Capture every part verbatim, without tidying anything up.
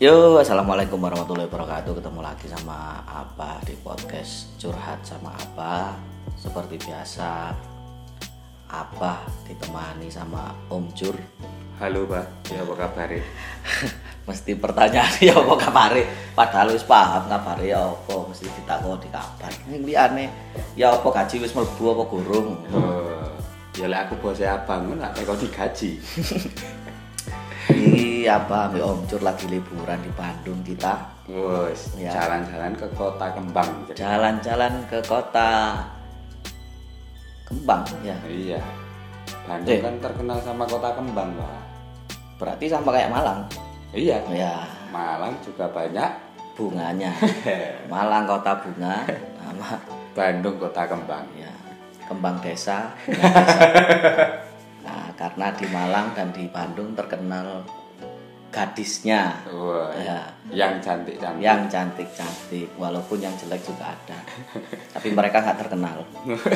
Yo, assalamualaikum warahmatullahi wabarakatuh. Ketemu lagi sama Apa di podcast Curhat sama Apa. Seperti biasa, Apa ditemani sama Om Jur. Halo Pak, ya apa kabar? Mesti pertanyaan ya apa kabar? Padahal wis paham kabar ya apa, mesti ditakoni kabar. Ning liyane ya apa gaji wis mlebu apa gurung? Oh, ya lek aku bose abang lek tekoni gaji. Iki apa ambek Om Jur lagi liburan di Bandung kita. Wes, Ya. jalan-jalan ke Kota Kembang. Jalan-jalan ke kota Kembang ya. Iya. Bandung Eh. kan terkenal sama Kota Kembang, Pak. Berarti sama kayak Malang. Iya. Ya, Malang juga banyak, bunganya. Malang kota bunga, nama Bandung Kota Kembang. ya kembang desa. bunga desa. Nah, karena di Malang dan di Bandung terkenal gadisnya. Wah, Ya, yang cantik-cantik. yang cantik-cantik, walaupun yang jelek juga ada. Tapi mereka nggak terkenal.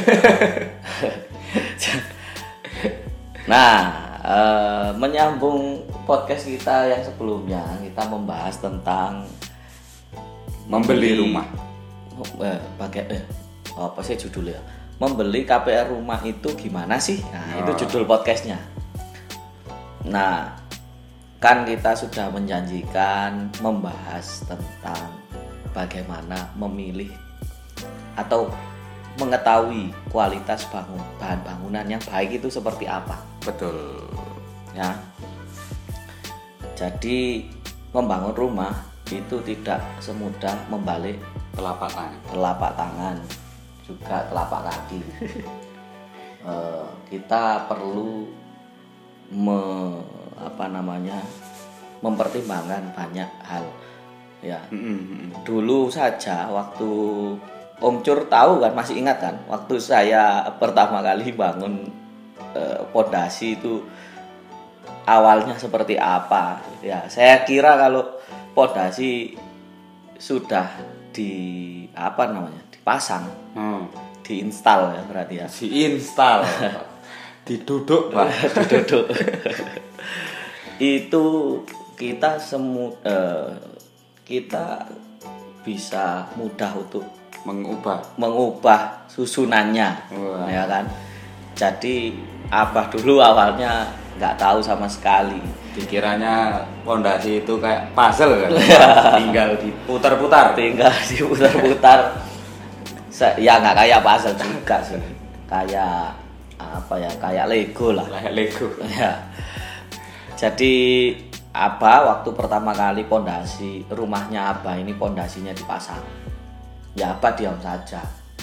Nah, eh, menyambung podcast kita yang sebelumnya, kita membahas tentang Membeli rumah. Eh, baga- eh, apa sih judulnya? Membeli K P R rumah itu gimana sih? Nah, itu Oh. judul podcastnya. Nah, kan kita sudah menjanjikan membahas tentang bagaimana memilih atau mengetahui kualitas bangun bahan bangunan yang baik itu seperti apa, Betul. ya. Jadi membangun rumah itu tidak semudah membalik Telapak tangan. telapak tangan, juga telapak kaki. Eh, kita perlu me, apa namanya mempertimbangkan banyak hal, ya. Mm-mm. Dulu saja waktu Om Cur tahu kan, masih ingat kan, waktu saya pertama kali bangun eh, pondasi itu awalnya seperti apa, ya. Saya kira kalau pondasi sudah di apa namanya dipasang, Oh, diinstal ya berarti ya. diinstal. Diduduk, Pak. Duduk. Itu kita semu eh, kita bisa mudah untuk Mengubah. mengubah susunannya. Wah. Ya kan. Jadi Abah dulu awalnya nggak tahu sama sekali. Dikiranya pondasi itu kayak puzzle kan, tinggal diputar-putar. Tinggal diputar-putar. Se- ya nggak kayak puzzle juga sih, kayak apa ya, kayak Lego lah. Kayak Lego. Ya. Jadi Abah waktu pertama kali pondasi rumahnya Abah ini pondasinya dipasang, ya Abah diam saja.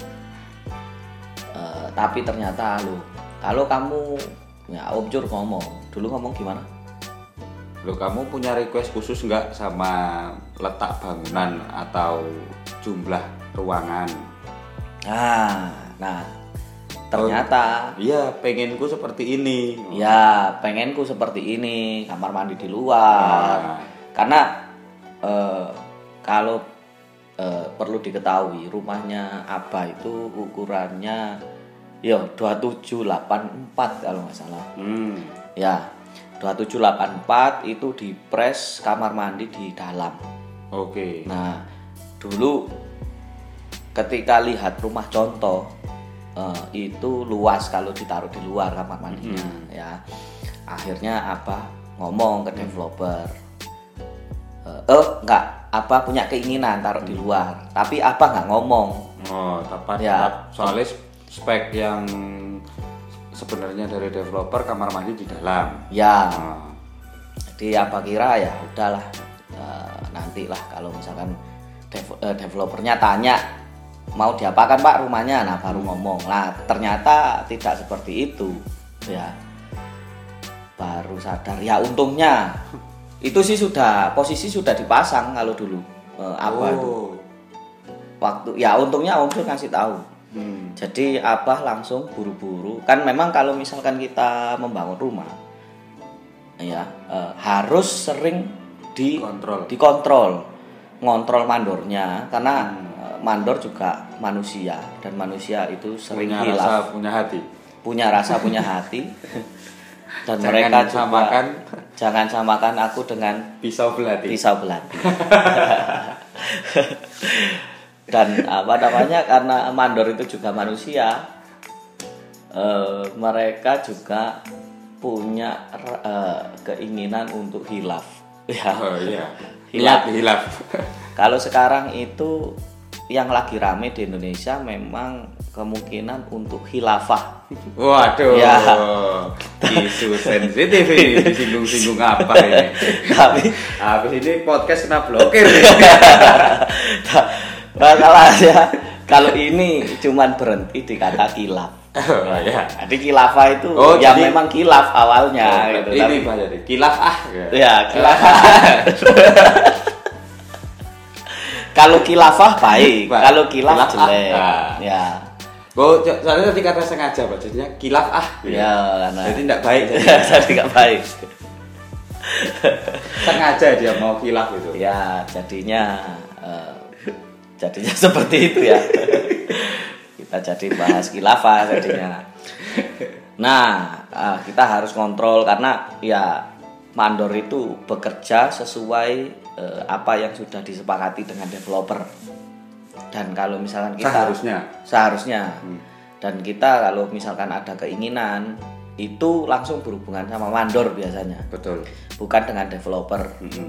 Eh, tapi ternyata lo, kalau kamu ya Om Jur ngomong dulu ngomong gimana? Loh, kamu punya request khusus nggak sama letak bangunan atau jumlah ruangan? Nah, nah ternyata Iya, pengenku seperti ini. ya pengenku seperti ini, kamar mandi di luar. Nah, Karena eh, kalau eh, perlu diketahui rumahnya Abah itu ukurannya ya dua tujuh delapan empat kalau nggak salah. hmm, Ya, dua tujuh delapan empat itu di pres kamar mandi di dalam. oke. Nah, dulu ketika lihat rumah contoh eh, itu luas kalau ditaruh di luar kamar mandinya, Mm-hmm. ya. Akhirnya Abah ngomong ke developer, eh eh, enggak, Abah punya keinginan taruh di luar, tapi Abah nggak ngomong. Oh, tepat, Ya. tepat. Soalnya spek yang sebenarnya dari developer kamar mandi di dalam. Ya, Nah, jadi Abah kira ya udahlah, eh, nantilah kalau misalkan dev- eh, developernya tanya mau diapakan Pak rumahnya, nah baru ngomong. Nah ternyata tidak seperti itu, ya. Baru sadar, ya untungnya itu sih sudah posisi sudah dipasang kalau dulu eh, Abah itu. oh. Waktu ya untungnya Om Jur ngasih tahu. Hmm. Jadi Abah langsung buru-buru. Kan memang kalau misalkan kita membangun rumah, ya eh, harus sering di Kontrol. dikontrol, ngontrol mandornya, karena Hmm. eh, mandor juga manusia dan manusia itu sering Punya hilaf, rasa, punya hati. punya rasa, punya hati. Dan Jangan mereka juga samakan jangan samakan aku dengan pisau belati. pisau belati. Dan apa namanya, karena mandor itu juga manusia, eh, mereka juga punya eh, keinginan untuk hilaf. Ya. Oh iya. Hilaf. Hilaf, hilaf. Kalau sekarang itu yang lagi rame di Indonesia memang kemungkinan untuk khilafah. Waduh. Ya. Isu sensitif ini, disinggung-singgung apa ini? Tapi Habis ini podcast kena blokir. masalahnya kalau ini cuman berhenti di kata khilaf. Oh iya. Jadi khilafah itu Oh, ya jadi- memang khilaf awalnya Oh, gitu. ini Tapi- Pak jadi kilaf ah. ya khilafah. Kalau khilafah baik, Pak, kalau khilaf khilaf, jelek. ah. Ya. Oh, soalnya tadi kata sengaja Pak, jadinya kilaf ah. Ya, nah. Jadi tidak baik. Jadi. Jadi nggak baik. Sengaja dia mau kilaf gitu. Ya, jadinya eh, jadinya seperti itu ya. Kita jadi bahas khilafah jadinya. Nah, eh, kita harus kontrol karena ya mandor itu bekerja sesuai eh, apa yang sudah disepakati dengan developer. Dan kalau misalkan kita Seharusnya. seharusnya Hmm. dan kita kalau misalkan ada keinginan itu langsung berhubungan sama mandor biasanya, Betul. bukan dengan developer. Mm-mm.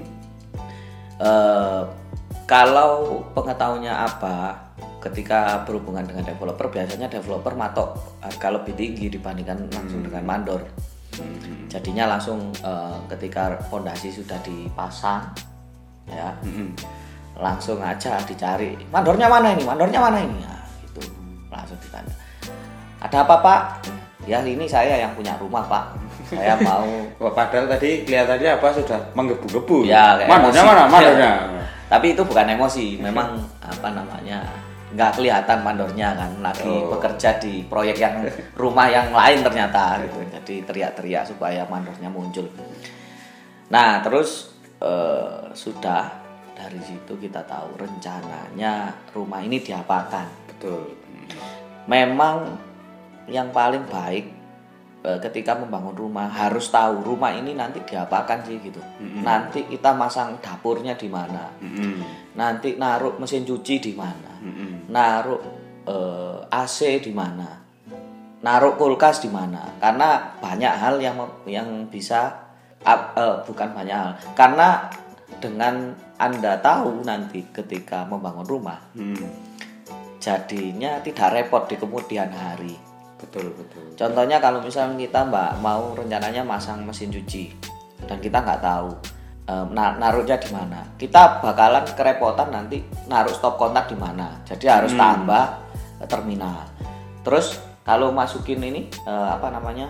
Eh, kalau pengetahuannya apa, ketika berhubungan dengan developer biasanya developer matok harga lebih tinggi dibandingkan langsung dengan mandor. Mm-mm. Jadinya langsung eh, ketika fondasi sudah dipasang, ya Mm-mm. langsung aja dicari mandornya mana ini, mandornya mana ini, nah, itu langsung ditanya. Ada apa Pak? Ya ini saya yang punya rumah Pak. Saya mau. Wah, padahal tadi kelihatannya apa sudah menggebu-gebu. Ya, kayak Mandornya emosi. mana? Mandornya. Tapi itu bukan emosi, memang apa namanya, nggak kelihatan mandornya kan lagi Oh. bekerja di proyek yang rumah yang lain ternyata gitu. Jadi teriak-teriak supaya mandornya muncul. Nah terus eh, sudah dari situ kita tahu rencananya rumah ini diapakan. Betul. Memang yang paling baik eh, ketika membangun rumah harus tahu rumah ini nanti diapakan sih gitu. Mm-mm. Nanti kita masang dapurnya di mana. Mm-mm. Nanti naruh mesin cuci di mana, Mm-mm. naruh eh, A C di mana, naruh kulkas di mana. Karena banyak hal yang yang bisa ap- eh, bukan banyak hal. Karena dengan Anda tahu nanti ketika membangun rumah, Mm. jadinya tidak repot di kemudian hari. Betul, betul. Contohnya kalau misalnya kita mbak mau rencananya masang mesin cuci dan kita nggak tahu eh, na- naruhnya di mana, kita bakalan kerepotan nanti naruh stop kontak di mana. Jadi harus Hmm. tambah eh, terminal. Terus kalau masukin ini eh, apa namanya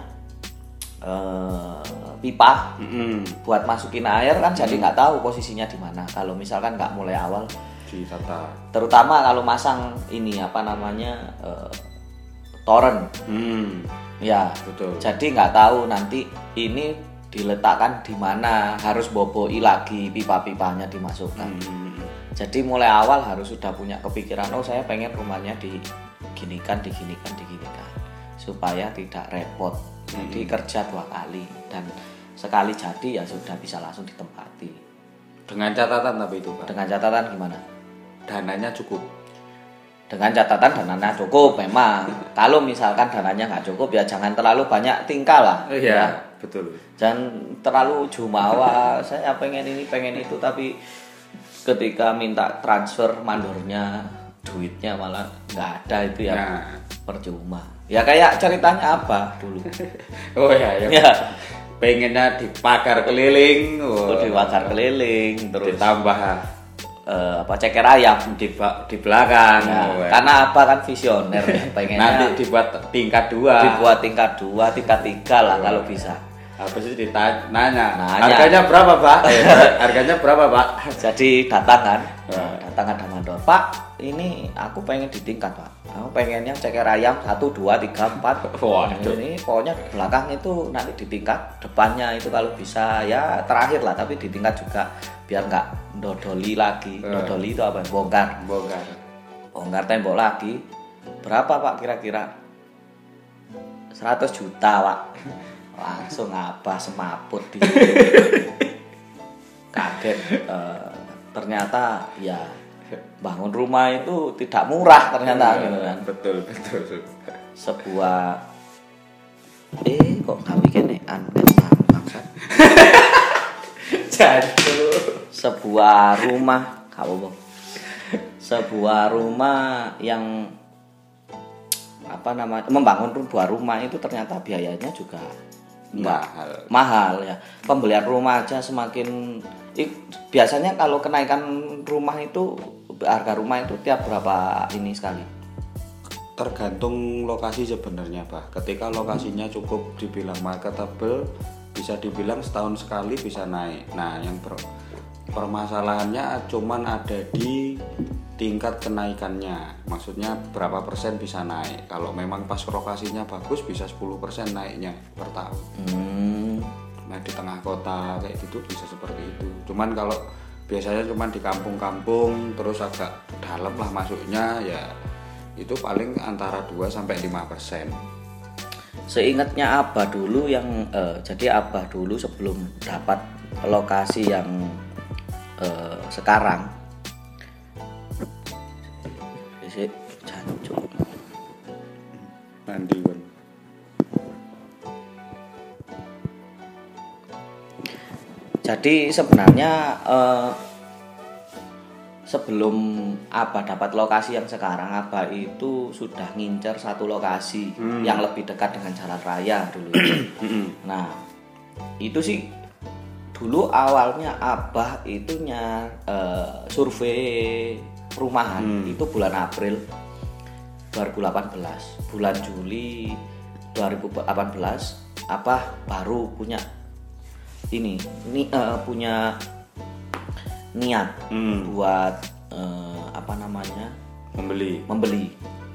eh, pipa Mm-mm. buat masukin air kan jadi nggak tahu posisinya di mana. Kalau misalkan nggak mulai awal, Ditata. terutama kalau masang ini apa namanya eh, toren. Mm. Ya, Betul. jadi nggak tahu nanti ini diletakkan di mana, harus boboi lagi pipa-pipanya dimasukkan. Mm. Jadi mulai awal harus sudah punya kepikiran, oh saya pengen rumahnya diginikan, diginikan, diginikan, supaya tidak repot. Jadi Hmm. kerja dua kali dan sekali jadi ya sudah bisa langsung ditempati. Dengan catatan tapi itu Pak. Dengan catatan gimana? Dananya cukup. Dengan catatan dananya cukup memang. Kalau misalkan dananya nggak cukup ya jangan terlalu banyak tingkah lah. Ya. betul. Jangan terlalu jumawa, saya pengen ini pengen itu, tapi ketika minta transfer mandornya duitnya malah nggak ada, itu ya Nah. percuma. Ya kayak ceritanya apa dulu. Oh ya, ya. Ya, Pengennya dipakar keliling, oh, di wakar keliling terus ditambah eh, apa ceker ayam di, ba- di belakang. Nah, oh, ya. karena apa kan visioner ya, pengennya Nanti dibuat tingkat dua. dibuat tingkat dua, tingkat tiga lah kalau bisa. Habis itu ditanya, nanya, Nanya. harganya berapa Pak? Eh, harganya berapa Pak? Jadi datang kan, Nah. datang ada mandor. Pak, ini aku pengen ditingkat Pak. Aku pengennya ceker ayam satu, dua, tiga, empat. Waduh. Ini pokoknya belakang itu nanti ditingkat, depannya itu kalau bisa ya terakhir lah, tapi ditingkat juga biar nggak dodoli lagi. Eh. Dodoli itu apa? Bongkar, Bongkar. bongkar tembok lagi. Berapa Pak kira-kira? seratus juta Pak. langsung apa semaput di kaget. Uh, ternyata ya bangun rumah itu tidak murah ternyata gitu kan. Betul betul. Sebuah eh kok kami kene aneh bangsa. Jatuh. Sebuah rumah kamu sebuah rumah yang apa namanya membangun sebuah rumah itu ternyata biayanya juga mahal mahal ya. Pembelian rumah aja semakin i, biasanya kalau kenaikan rumah itu harga rumah itu tiap berapa ini sekali? Tergantung lokasi sebenarnya, Pak. Ketika lokasinya cukup dibilang marketable, bisa dibilang setahun sekali bisa naik. Nah, yang per, permasalahannya cuman ada di tingkat kenaikannya. Maksudnya berapa persen bisa naik. Kalau memang pas lokasinya bagus bisa sepuluh persen naiknya per tahun. Hmm. Nah, di tengah kota kayak gitu bisa seperti itu. Cuman kalau biasanya cuman di kampung-kampung terus agak dalam lah masuknya ya itu paling antara dua sampai lima persen. Seingatnya Abah dulu yang eh, jadi Abah dulu sebelum dapat lokasi yang eh, sekarang isi jancuk Mandi kan. Jadi sebenarnya eh, sebelum Abah dapat lokasi yang sekarang, Abah itu sudah ngincer satu lokasi hmm. yang lebih dekat dengan jalan raya dulu. Nah, itu sih dulu awalnya Abah itunya uh, survei perumahan hmm. itu bulan April dua ribu delapan belas, bulan Juli dua ribu delapan belas Abah baru punya ini, ini uh, punya niat hmm. buat eh, apa namanya membeli membeli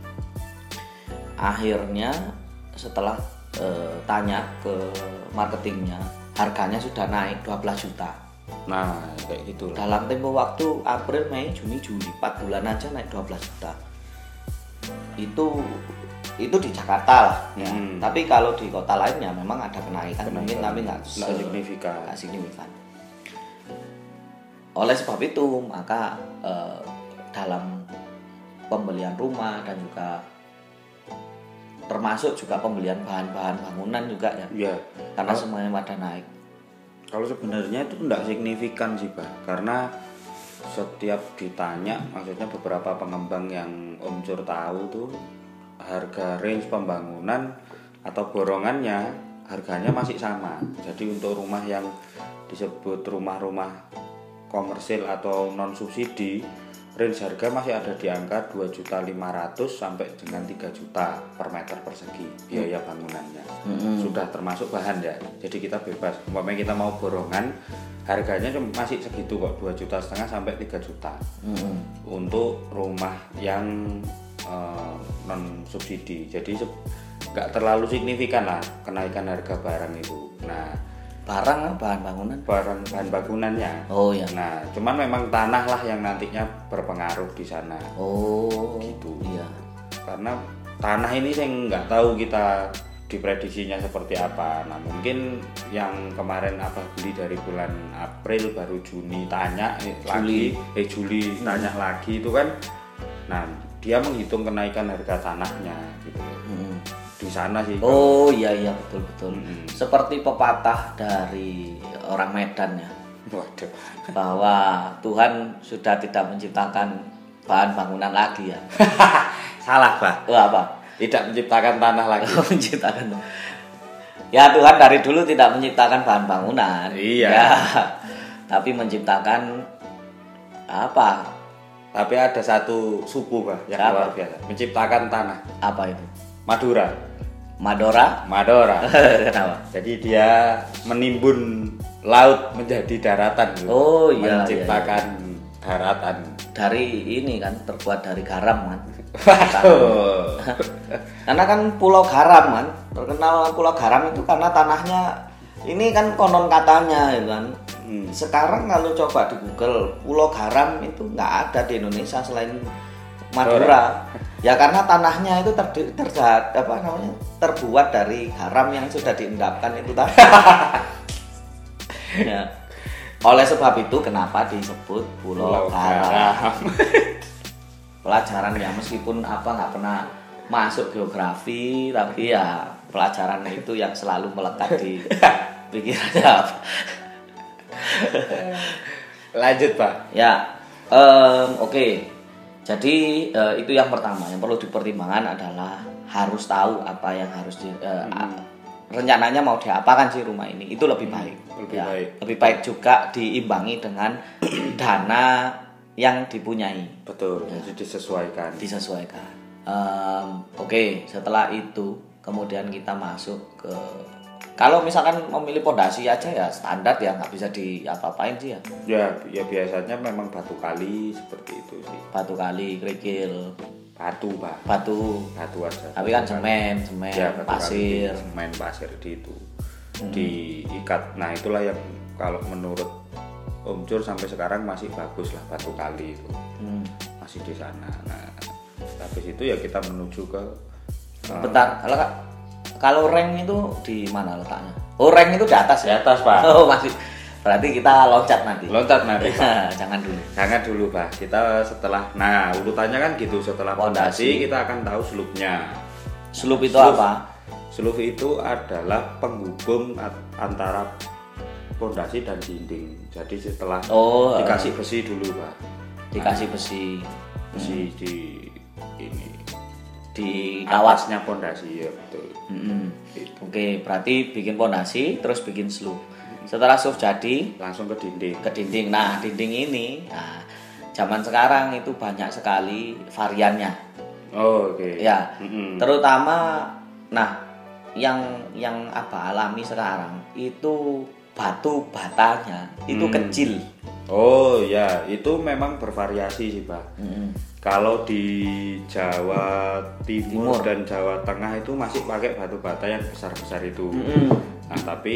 akhirnya setelah eh, tanya ke marketingnya harganya sudah naik dua belas juta. Nah kayak gitu dalam tempo waktu April, Mei, Juni, Juli empat bulan aja naik dua belas juta. Itu itu di Jakarta lah ya. Hmm. Tapi kalau di kota lainnya memang ada kenaikan, kenaikan. Mungkin tapi nggak signifikan. Nggak signifikan. Oleh sebab itu maka eh, dalam pembelian rumah dan juga termasuk juga pembelian bahan-bahan bangunan juga ya, ya. Karena kalau, semuanya pada naik. Kalau sebenarnya itu tidak signifikan sih Pak, karena setiap ditanya, maksudnya beberapa pengembang yang Om Cur tahu tuh harga range pembangunan atau borongannya harganya masih sama. Jadi untuk rumah yang disebut rumah-rumah komersil atau non subsidi, range harga masih ada di angka dua juta lima ratus sampai dengan tiga juta per meter persegi biaya bangunannya. Mm-hmm. Sudah termasuk bahan ya. Jadi kita bebas. Umpamanya kita mau borongan, harganya masih segitu kok, dua juta setengah sampai tiga juta. Mm-hmm. Untuk rumah yang uh, non subsidi. Jadi nggak terlalu signifikan lah kenaikan harga barang itu. Nah, barang bahan bangunan barang bahan bangunannya. Oh ya. Nah, cuman memang tanah lah yang nantinya berpengaruh di sana. Oh gitu. Iya. Karena tanah ini saya nggak tahu kita diprediksinya seperti apa. Nah, mungkin yang kemarin apa beli dari bulan April baru Juni tanya eh, Juli. lagi eh Juli hmm. tanya lagi itu kan. Nah, dia menghitung kenaikan harga tanahnya gitu. Hmm. Di sana sih. Oh iya iya betul betul. Hmm. Seperti pepatah dari orang Medan ya. Waduh. Bahwa Tuhan sudah tidak menciptakan bahan bangunan lagi ya. Salah Pak. Oh, apa? Tidak menciptakan tanah lagi. Menciptakan. Ya Tuhan dari dulu tidak menciptakan bahan bangunan. Iya. Ya, tapi menciptakan apa? Tapi ada satu suku Pak yang Siapa? luar biasa. Menciptakan tanah. Apa itu? Madura. Madora? Madora. Kenapa? Jadi dia menimbun laut menjadi daratan. Gitu. Oh iya. Menciptakan iya, iya. daratan. Dari ini kan terbuat dari garam kan. Waduh. Karena kan Pulau Garam kan, terkenal Pulau Garam itu karena tanahnya ini kan konon katanya ya kan. Hmm. Sekarang kalau coba di Google Pulau Garam itu nggak ada di Indonesia selain Madura. Ya karena tanahnya itu ter, terjat apa namanya terbuat dari garam yang sudah diendapkan itu tadi. Ya. Oleh sebab itu kenapa disebut Pulau, Pulau Garam. Garam. Pelajaran ya meskipun apa nggak pernah masuk geografi tapi ya pelajaran itu yang selalu melekat di pikirannya apa. Lanjut Pak. Ya um, oke. Okay. Jadi uh, itu yang pertama yang perlu dipertimbangkan adalah harus tahu apa yang harus di, uh, hmm. rencananya mau diapakan sih rumah ini, itu lebih baik. Lebih ya, baik. Lebih baik juga diimbangi dengan dana yang dipunyai. Betul. Ya. Jadi disesuaikan. Disesuaikan. Um, Oke, okay. Setelah itu kemudian kita masuk ke kalau misalkan memilih pondasi aja ya standar ya nggak bisa diapa-apain sih ya. Ya, ya biasanya memang batu kali seperti itu sih. Batu kali, kerikil, batu Pak. Batu, batu aja. Tapi kan semen, semen, ya, pasir, kali, semen, pasir di itu hmm. diikat. Nah itulah yang kalau menurut Om Cur sampai sekarang masih bagus lah batu kali itu hmm. masih di sana. Nah habis itu ya kita menuju ke. Bentar, kalau kak. Kalau reng itu di mana letaknya? Oh, reng itu di atas ya? Di atas, Pak. Oh, masih. Berarti kita loncat nanti. Loncat nanti, Pak. Jangan dulu. Jangan dulu, Pak. Kita setelah nah, urutannya kan gitu, setelah pondasi kita akan tahu selupnya. Selup itu Selup, apa? Selup itu adalah penghubung antara pondasi dan dinding. Jadi setelah oh, dikasih besi dulu, Pak. Dikasih nah, besi. Besi hmm. di ini di kawasnya pondasi ya betul. Mm-hmm. Gitu. Oke, berarti bikin pondasi terus bikin sloop. Setelah sloop jadi langsung ke dinding. Ke dinding. Nah, dinding ini nah, zaman sekarang itu banyak sekali variannya. Oh, oke. Okay. Ya. Mm-hmm. Terutama nah, yang yang apa alami sekarang itu batu batanya itu hmm. kecil. Oh, ya, itu memang bervariasi sih, Pak. Mm-hmm. Kalau di Jawa Timur, Timur dan Jawa Tengah itu masih pakai batu bata yang besar-besar itu. Mm-hmm. Nah, tapi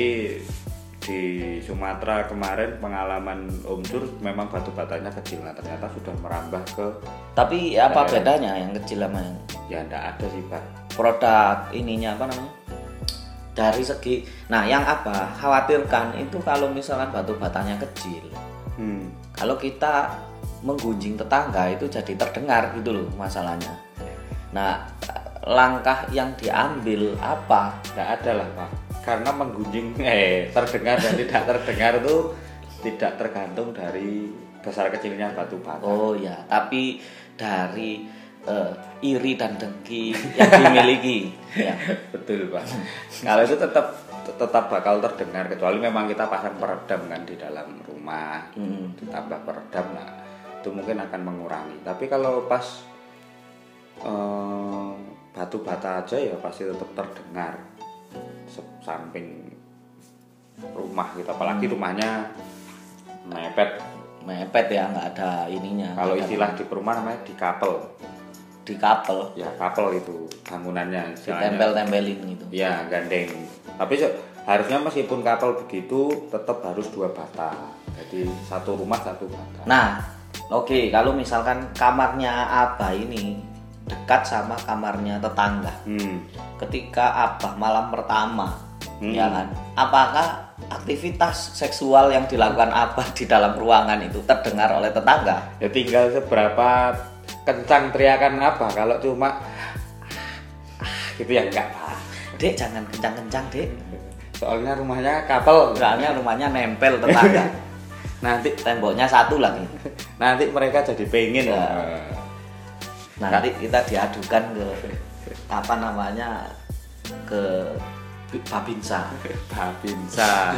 di Sumatera kemarin pengalaman Om Cur memang batu batanya kecil. Nah, ternyata sudah merambah ke. Tapi apa daerah. Bedanya yang kecil sama yang? Ya enggak ada sih, Pak. Produk ininya apa namanya? Dari segi. Nah, yang apa? Khawatirkan itu kalau misalkan batu batanya kecil. Hmm. Kalau kita menggunjing tetangga itu jadi terdengar gitu loh masalahnya. Nah, langkah yang diambil apa? Nggak ada lah, Pak. Karena menggunjing eh terdengar dan tidak terdengar itu tidak tergantung dari besar kecilnya batu bata. Oh ya, tapi dari uh, iri dan dengki yang dimiliki. Ya. Betul, Pak. Kalau itu tetap tetap bakal terdengar kecuali memang kita pasang peredam kan di dalam rumah. Hmm. Ditambah peredam nah itu mungkin akan mengurangi. Tapi kalau pas eh, batu bata aja ya pasti tetap terdengar samping rumah kita, apalagi rumahnya mepet mepet ya nggak ada ininya. Kalau istilah di perumahan namanya dikapel. Dikapel? Ya kapel itu bangunannya. Ditempel-tempelin gitu. Ya gandeng. Tapi harusnya meskipun kapel begitu tetap harus dua bata. Jadi satu rumah satu bata. Nah. Oke, kalau misalkan kamarnya Abah ini dekat sama kamarnya tetangga, hmm. ketika Abah malam pertama, hmm. ya kan, apakah aktivitas seksual yang dilakukan Abah di dalam ruangan itu terdengar oleh tetangga? Ya tinggal seberapa kencang teriakan Abah. Kalau cuma gitu ya enggak, Pak. Dek, jangan kencang-kencang, Dek. Soalnya rumahnya kapel. Soalnya rumahnya nempel tetangga. Nanti temboknya satu lagi. Nanti mereka jadi pengen. Ya. Nanti kita diadukan ke apa namanya ke Babinsa. Babinsa.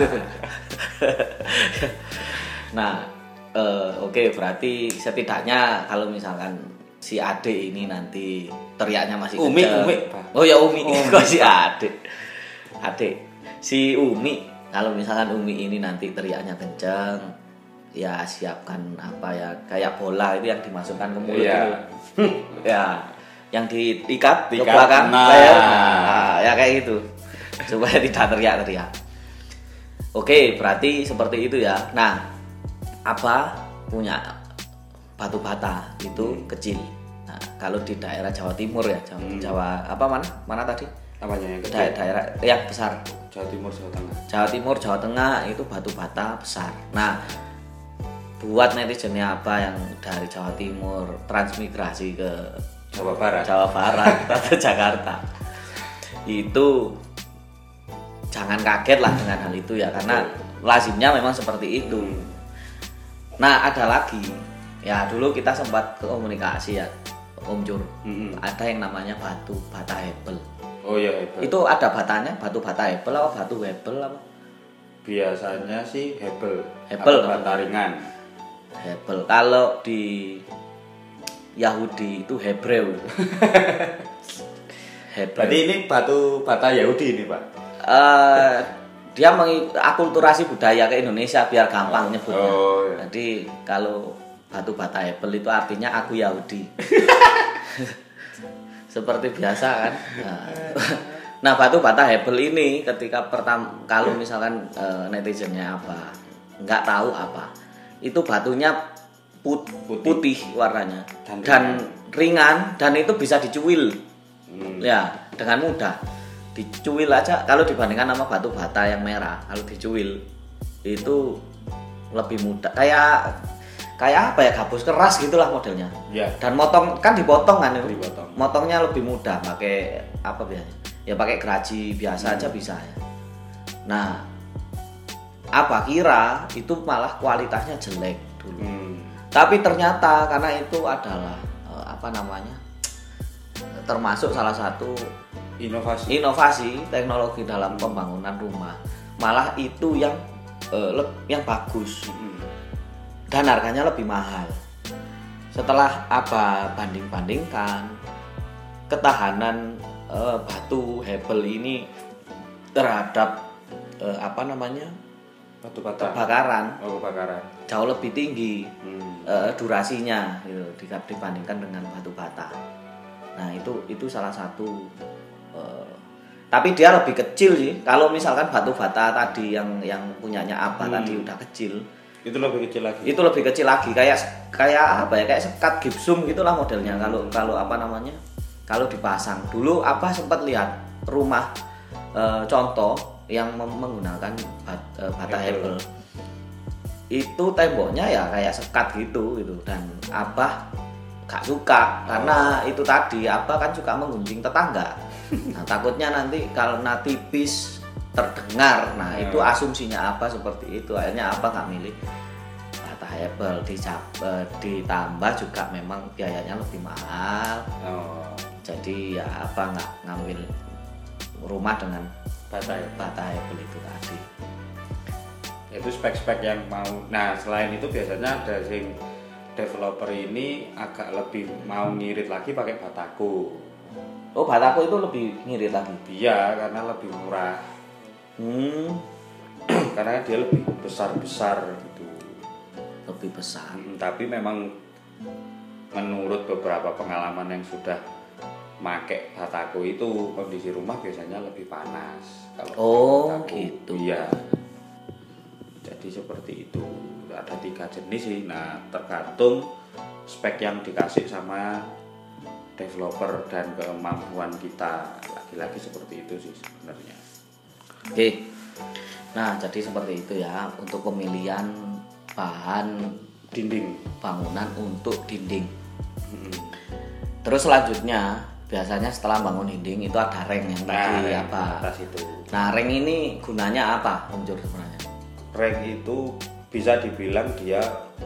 Nah, eh, oke okay, berarti setidaknya kalau misalkan si Ade ini nanti teriaknya masih Umi, kenceng. Umi. Oh ya Umi, Umi. Kok si Ade. Ade. Si Umi, kalau misalkan Umi ini nanti teriaknya kenceng, ya siapkan apa ya kayak bola itu yang dimasukkan ke mulut iya. itu ya yang diikat ke Dikat, belakang nah. leher nah, ya kayak gitu supaya tidak teriak-teriak. Oke, berarti seperti itu ya. Nah, apa punya batu bata itu hmm. kecil. Nah, kalau di daerah Jawa Timur ya, Jawa, Hmm. Jawa apa mana? Mana tadi? Apanya yang Da- gede? daerah yang besar. Jawa Timur, Jawa Tengah. Jawa Timur, Jawa Tengah itu batu bata besar. Nah, buat netizennya apa yang dari Jawa Timur transmigrasi ke Jawa Barat. Jawa Barat atau Jakarta, itu jangan kaget lah dengan hal itu ya, karena lazimnya memang seperti itu. Nah, ada lagi ya, dulu kita sempat komunikasi ya Om Jur. Mm-mm. Ada yang namanya batu bata hebel. Oh iya, hebat. Itu ada batanya, batu bata hebel apa batu hebel apa? Biasanya sih hebel. Hebel, atau bata ringan. Hebel. Kalau di Yahudi itu Hebreu. Hebreu. Berarti ini batu bata Yahudi ini, Pak. Eh, dia mengakulturasi budaya ke Indonesia biar gampang nyebutnya. Oh, iya. Jadi kalau batu bata hebel itu artinya aku Yahudi. Seperti biasa kan. Nah, nah, batu bata hebel ini ketika pertama kalau misalkan eh, netizennya apa nggak tahu apa, itu batunya put- Putih. putih warnanya Dan dan ringan dan itu bisa dicuil. Hmm. Ya, dengan mudah. Dicuil aja kalau dibandingkan sama batu bata yang merah, kalau dicuil itu lebih mudah. Kayak kayak apa ya, gabus keras gitulah modelnya. Ya. Dan motong kan dipotong kan itu. Dipotong. Motongnya lebih mudah pakai apa biasanya? Ya pakai geraji biasa aja bisa ya. Nah, apa kira itu malah kualitasnya jelek dulu. Hmm. Tapi ternyata karena itu adalah eh, apa namanya? Termasuk salah satu Inovasi. inovasi teknologi dalam pembangunan rumah, malah itu yang eh, leb- yang bagus Hmm. dan harganya lebih mahal. Setelah apa banding-bandingkan ketahanan eh, batu hebel ini terhadap eh, apa namanya Batu bata. kebakaran Oh, kebakaran. jauh lebih tinggi Hmm. eh, durasinya gitu dika- dibandingkan dengan batu bata. Nah, itu itu salah satu eh, tapi dia lebih kecil sih. Kalau misalkan batu bata tadi yang yang punyanya apa Hmm. tadi udah kecil, Itu lebih kecil lagi. itu lebih kecil lagi kayak kayak apa ya, kayak sekat gipsum gitulah modelnya. Kalau kalau apa namanya, kalau dipasang dulu apa sempat lihat rumah eh, contoh yang mem- menggunakan bat, eh, bata Hebel. hebel, itu temboknya ya kayak sekat gitu gitu, dan abah gak suka karena itu tadi abah kan suka menggunjing tetangga. Nah, takutnya nanti kalau nanti tipis terdengar. Nah, Hmm. itu asumsinya apa seperti itu. Akhirnya apa nggak milih bata hebel, dicap- eh, ditambah juga memang biayanya lebih mahal. Oh, Jadi ya apa nggak ngambil rumah dengan bata ya. bata hebel itu tadi. Itu spek-spek yang mau. Nah, selain itu biasanya ada sing developer ini agak lebih mau ngirit lagi pakai bataku. Oh, bataku itu lebih ngirit lagi. Iya, karena lebih murah. Hmm, Karena dia lebih besar-besar gitu. lebih besar. Hmm, tapi memang menurut beberapa pengalaman yang sudah make bataku itu kondisi rumah biasanya lebih panas kalau Oh, bataku. gitu. Iya. Jadi seperti itu. Ada tiga jenis sih. Nah, tergantung spek yang dikasih sama developer dan kemampuan kita. Lagi-lagi seperti itu sih sebenarnya. Oke. Nah, jadi seperti itu ya untuk pemilihan bahan Dinding. bangunan untuk dinding. Hmm. Terus selanjutnya biasanya setelah bangun dinding itu ada reng yang tadi Nah, apa? atas itu. Nah, reng ini gunanya apa, Om Jur sebenarnya? Reng itu bisa dibilang dia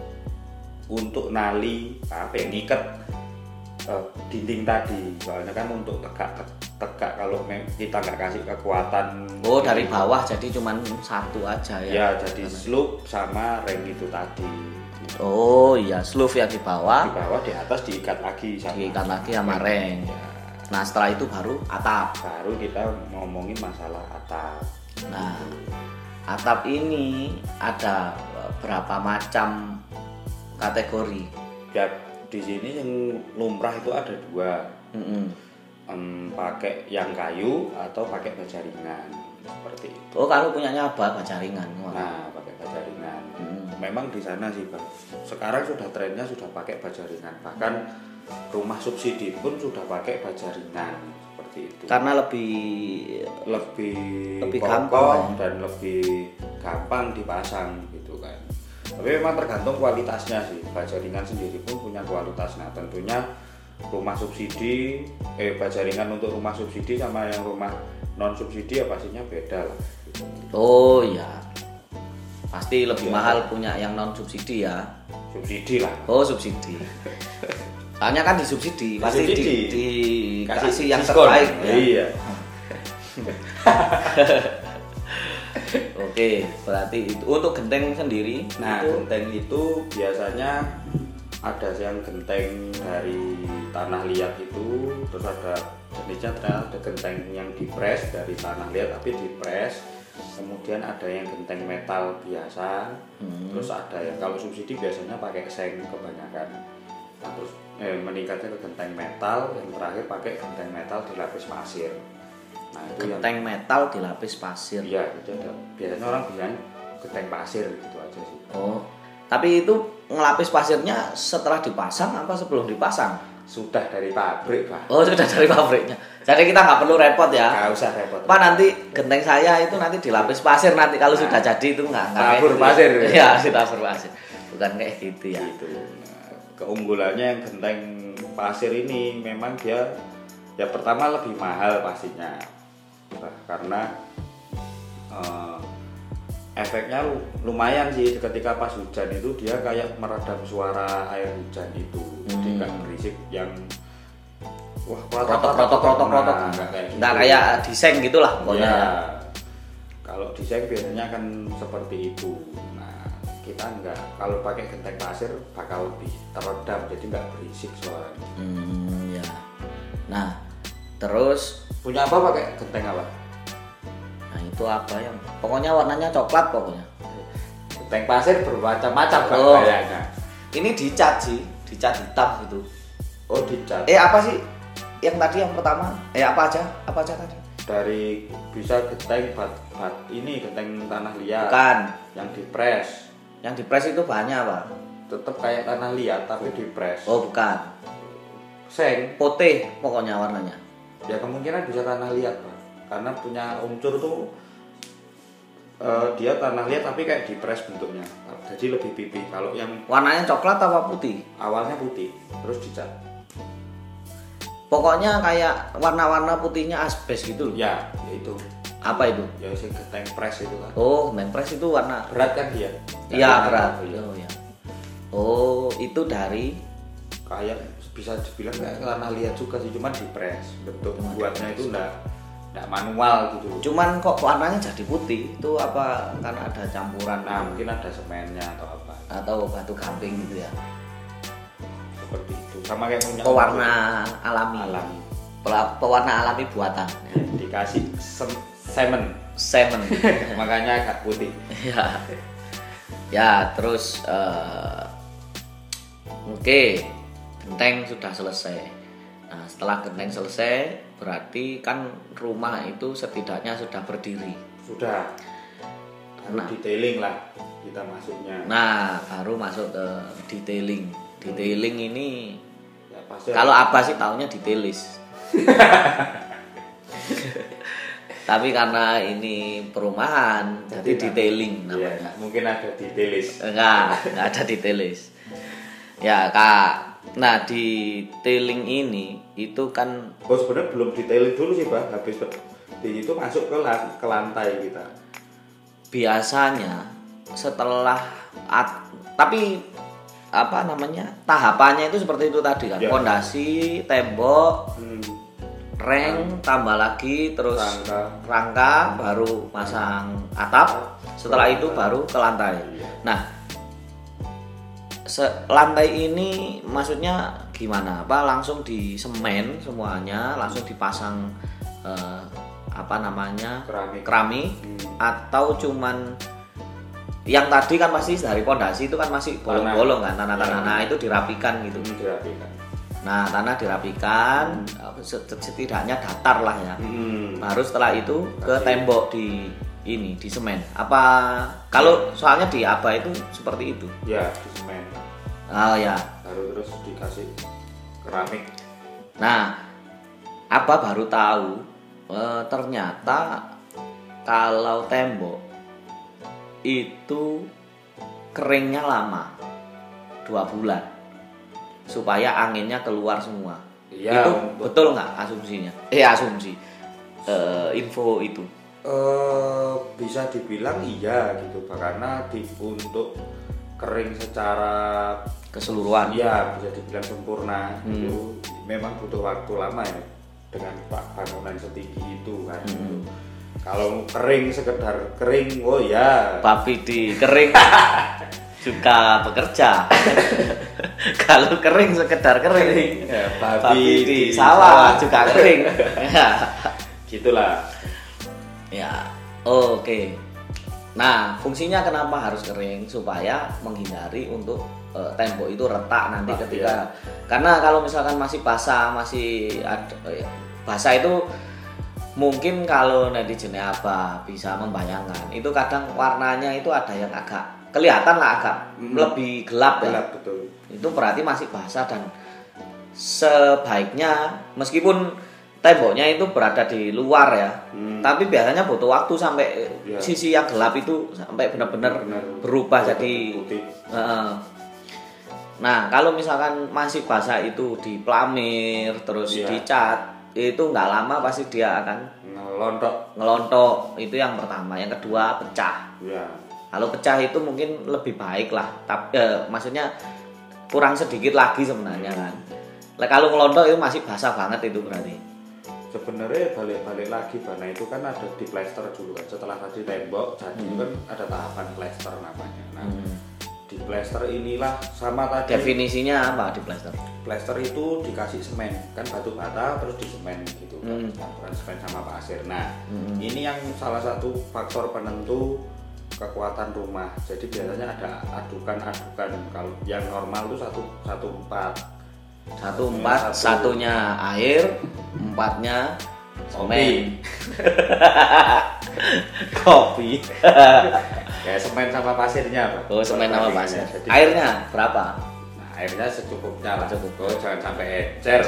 untuk nali apa yang ngikat eh, dinding tadi. Soalnya kan untuk tegak tegak kalau mem- kita nggak kasih kekuatan. Oh, dari bawah jadi cuman satu aja ya. Ya, jadi slope sama reng itu tadi. Oh iya, slope yang di bawah, Di bawah, di atas diikat lagi sama. diikat lagi sama reng. Ya, Nah, setelah itu baru atap. baru kita ngomongin masalah atap. Nah, atap ini ada eh, berapa macam kategori? Ya, di sini yang lumrah itu ada dua. Mm-mm. Em, pakai yang kayu atau pakai baja ringan seperti itu. Oh, kalau punyanya apa? Baja ringan. Wah. Nah, pakai baja ringan. Hmm. Memang di sana sih, Bang. Sekarang sudah trennya sudah pakai baja ringan. Bahkan rumah subsidi pun sudah pakai baja ringan seperti itu. Karena lebih lebih lebih kokoh gampang dan lebih gampang dipasang gitu kan. Tapi memang tergantung kualitasnya sih. Baja ringan sendiri pun punya kualitas. Nah tentunya rumah subsidi, eh baja ringan untuk rumah subsidi sama yang rumah non subsidi ya pastinya beda lah. Gitu. Oh ya, pasti lebih Ya. mahal punya yang non subsidi ya. Subsidi lah. Oh subsidi. Soalnya kan disubsidi, pasti di, Disubsidi. di Kasih kasih yang diskon. terbaik ya. Iya. Oke, berarti itu untuk genteng sendiri. Nah, itu genteng itu biasanya ada yang genteng dari tanah liat itu, terus ada jenisnya ternyata ada genteng yang dipres dari tanah liat tapi dipres. Kemudian ada yang genteng metal biasa, Hmm. terus ada yang kalau subsidi biasanya pakai seng kebanyakan. Nah, terus eh, meningkatnya ke genteng metal, yang terakhir pakai genteng metal dilapis pasir. Nah, itu yang genteng metal dilapis pasir. iya, itu ada. Biasanya orang bilang genteng pasir gitu aja sih. Oh, tapi itu ngelapis pasirnya setelah dipasang apa sebelum dipasang? Sudah dari pabrik, Pak. Oh, sudah dari pabriknya. Jadi kita nggak perlu repot ya. Nggak usah repot. Pak, nanti genteng saya itu nanti dilapis pasir nanti kalau Nah, sudah jadi itu nggak nggak kayak tabur gitu. pasir. Iya, ditabur pasir. Bukan kayak gitu ya. Gitu. Nah, keunggulannya yang genteng pasir ini memang dia ya pertama lebih mahal pastinya. Nah, karena eh, efeknya lumayan sih ketika pas hujan itu dia kayak meredam suara air hujan itu. Jadi Hmm. nggak berisik yang wah Protok protok protok protok. Nah, nggak kayak gitu. Nggak kayak diseng gitulah pokoknya. Ya, Ya. kalau desain biasanya kan seperti itu. Nah, kita enggak. Kalau pakai genteng pasir bakal lebih teredam, jadi enggak berisik suaranya. Hmm, ya. Nah, terus Punya apa pakai genteng apa? nah itu apa yang pokoknya warnanya coklat pokoknya. Genteng pasir bermacam-macam Oh. kayaknya. Ini dicat sih, dicat hitam gitu. Oh, dicat. Eh apa sih? Yang tadi yang pertama? Eh apa aja? Apa aja tadi? Dari bisa genteng bat, bat ini genteng tanah liat. Bukan. Yang dipres. Yang dipres itu bahannya apa? Tetap kayak tanah liat tapi dipres. Oh bukan. Seng. Putih pokoknya warnanya. Ya kemungkinan bisa tanah liat, Pak. Karena punya unsur tuh eh, dia tanah liat tapi kayak dipres bentuknya. Jadi lebih pipih. Kalau yang Warnanya coklat apa putih? awalnya putih, terus dicat. Pokoknya kayak warna-warna putihnya asbes gitu loh. Ya, itu. Apa itu? Ya si genteng pres itu kan. Oh, genteng pres itu warna. Berat kan dia? Iya berat. Iya. Oh ya. Oh itu dari Kayak bisa dibilang kayak tanah liat juga sih, cuman dipres. Bentuk Cuma buatnya dipres. itu enggak enggak manual gitu. cuman kok warnanya jadi putih itu apa karena ada campuran Nah, mungkin ada semennya atau apa. atau batu gamping gitu ya. Seperti itu. Sama kayak punya Pewarna alami. alami. Pela- Pewarna alami buatan. Dikasih sem- semen. Semen. Makanya agak putih. Ya. Ya, terus eh, oke, genteng sudah selesai. Nah, setelah genteng selesai, berarti kan rumah itu setidaknya sudah berdiri. Sudah. Baru Nah. detailing lah kita masuknya. Nah, baru masuk ke detailing. Detailing ini Ya, pasti kalau apa sih taunya detailis. Tapi karena ini perumahan, jadi detailing Iya, namanya. mungkin ada detailis. Enggak, enggak ada detailis. Ya, Kak. Nah, detailing ini itu kan Oh sebenarnya belum detailing dulu sih, Pak. Habis di itu masuk ke lan- ke lantai kita. biasanya setelah at- tapi apa namanya? Tahapannya itu seperti itu tadi kan. Ya. Pondasi, tembok, Hmm. reng, tambah lagi terus Rangka. rangka, baru masang atap. Setelah itu baru ke lantai. Iya. Nah, se- lantai ini maksudnya gimana? Apa langsung di semen semuanya, langsung dipasang eh, apa namanya Keramik. keramik Hmm. atau cuman yang tadi kan pasti dari pondasi itu kan masih bolong-bolong kan tanah-tanah. Ya. Nah, itu dirapikan gitu. Hmm, dirapikan. Nah, tanah dirapikan, set- setidaknya datar lah ya. Hmm. Baru setelah itu ke Kasih. tembok di ini di semen. Apa kalau soalnya di apa itu seperti itu. Ya, di semen. Oh ya. Baru terus dikasih keramik. Nah, apa baru tahu e, ternyata kalau tembok itu keringnya lama, dua bulan, supaya anginnya keluar semua. Iya, itu untuk... betul nggak asumsinya? Eh asumsi e, info itu. Uh, bisa dibilang iya gitu Pak, karena di, untuk kering secara keseluruhan ya bisa dibilang sempurna hmm. itu memang butuh waktu lama ya dengan bangunan setinggi itu kan. hmm. Kalau kering sekedar kering, oh ya babi di kering juga bekerja. Kalau kering sekedar kering, ya, babi, babi di, di sawah sawah juga kering. Gitulah. Ya, oke. Okay. Nah, fungsinya kenapa harus kering? Supaya menghindari untuk uh, tembok itu retak nanti Retak, ketika. ya. Karena kalau misalkan masih basah, masih ada uh, basah itu mungkin kalau netizennya apa bisa membayangkan. Itu kadang warnanya itu ada yang agak kelihatan lah agak hmm. lebih gelap, gelap ya. Betul. Itu berarti masih basah dan sebaiknya meskipun temboknya itu berada di luar ya, hmm. tapi biasanya butuh waktu sampai ya. Sisi yang gelap itu sampai benar-benar berubah jadi putih. Uh, nah kalau misalkan masih basah itu dipelamir terus ya. Dicat, itu nggak lama pasti dia akan ngelontok. Ngelontok itu yang pertama, yang kedua pecah. Ya. Kalau pecah itu mungkin lebih baik lah, tapi eh, maksudnya kurang sedikit lagi sebenarnya hmm. kan. Nah, kalau ngelontok itu masih basah banget itu berarti. Sebenarnya balik-balik lagi karena itu kan ada di plester dulu kan, setelah tadi tembok jadi hmm. kan ada tahapan plester namanya. Nah hmm. di plester inilah sama tadi definisinya apa di plester? Plester itu dikasih semen kan, batu bata terus di semen gitu hmm. campuran semen sama pasir. Nah hmm. ini yang salah satu faktor penentu kekuatan rumah. Jadi biasanya ada adukan-adukan, kalau yang normal itu satu satu empat satu empat satu. Satunya air, empatnya semen. Kopi. Ya semen sama pasirnya Pak. Oh semen sama pasir. Jadi, airnya berapa? Nah airnya secukupnya lah. Cukup. Oh, jangan sampai encer.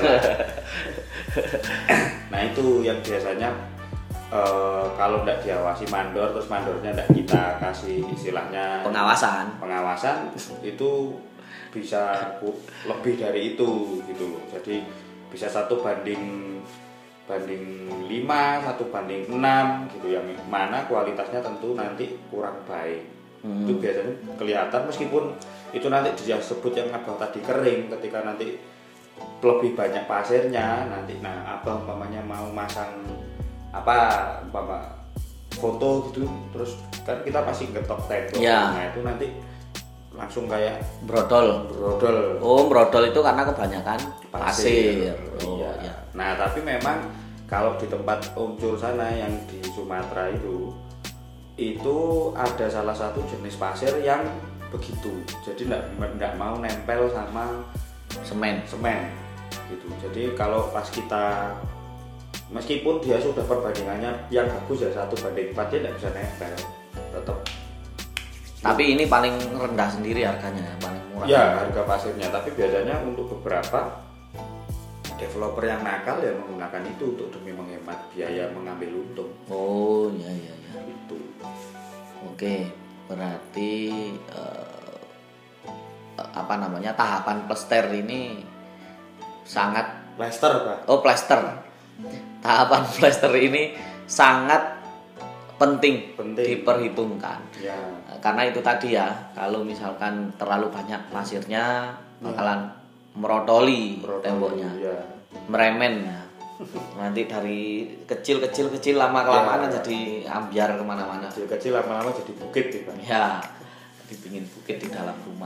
Nah itu yang biasanya uh, kalau tidak diawasi mandor, terus mandornya tidak kita kasih istilahnya pengawasan. Pengawasan itu bisa lebih dari itu gitu loh. Jadi bisa satu banding banding lima, satu banding enam gitu, yang mana kualitasnya tentu nanti kurang baik. Hmm. Itu biasanya kelihatan meskipun itu nanti dia sebut yang abah tadi kering, ketika nanti lebih banyak pasirnya nanti. Nah abah umpamanya mau masang apa umpama foto gitu, terus kan kita pasti ngetok tembok ya. Nah itu nanti langsung kayak brodol. Brodol. Oh, brodol itu karena kebanyakan pasir. pasir. Oh, iya. Ya. Nah, tapi memang kalau di tempat Om Cur sana yang di Sumatera itu itu ada salah satu jenis pasir yang begitu. Jadi enggak enggak mau nempel sama semen, semen gitu. Jadi kalau pas kita meskipun dia sudah perbandingannya yang bagus ya satu banding empat, dia enggak bisa nempel. Tetap. Tapi ini paling rendah sendiri harganya, paling murah. Ya, harga pasirnya. Tapi biasanya untuk beberapa developer yang nakal ya menggunakan itu untuk demi menghemat biaya mengambil untung. Oh, iya iya iya. Itu. Oke, berarti eh, apa namanya tahapan plester ini sangat plester, Pak. Oh, plester. Tahapan plester ini sangat penting, penting. diperhitungkan ya. Karena itu tadi ya, kalau misalkan terlalu banyak pasirnya bakalan ya. merotoli, merotoli temboknya ya. Meremen ya. Nanti dari kecil-kecil kecil lama kelamaan ya. Jadi ambiar kemana-mana. Kecil-kecil lama-lama jadi bukit gitu. Ya, dipingin bukit di dalam rumah.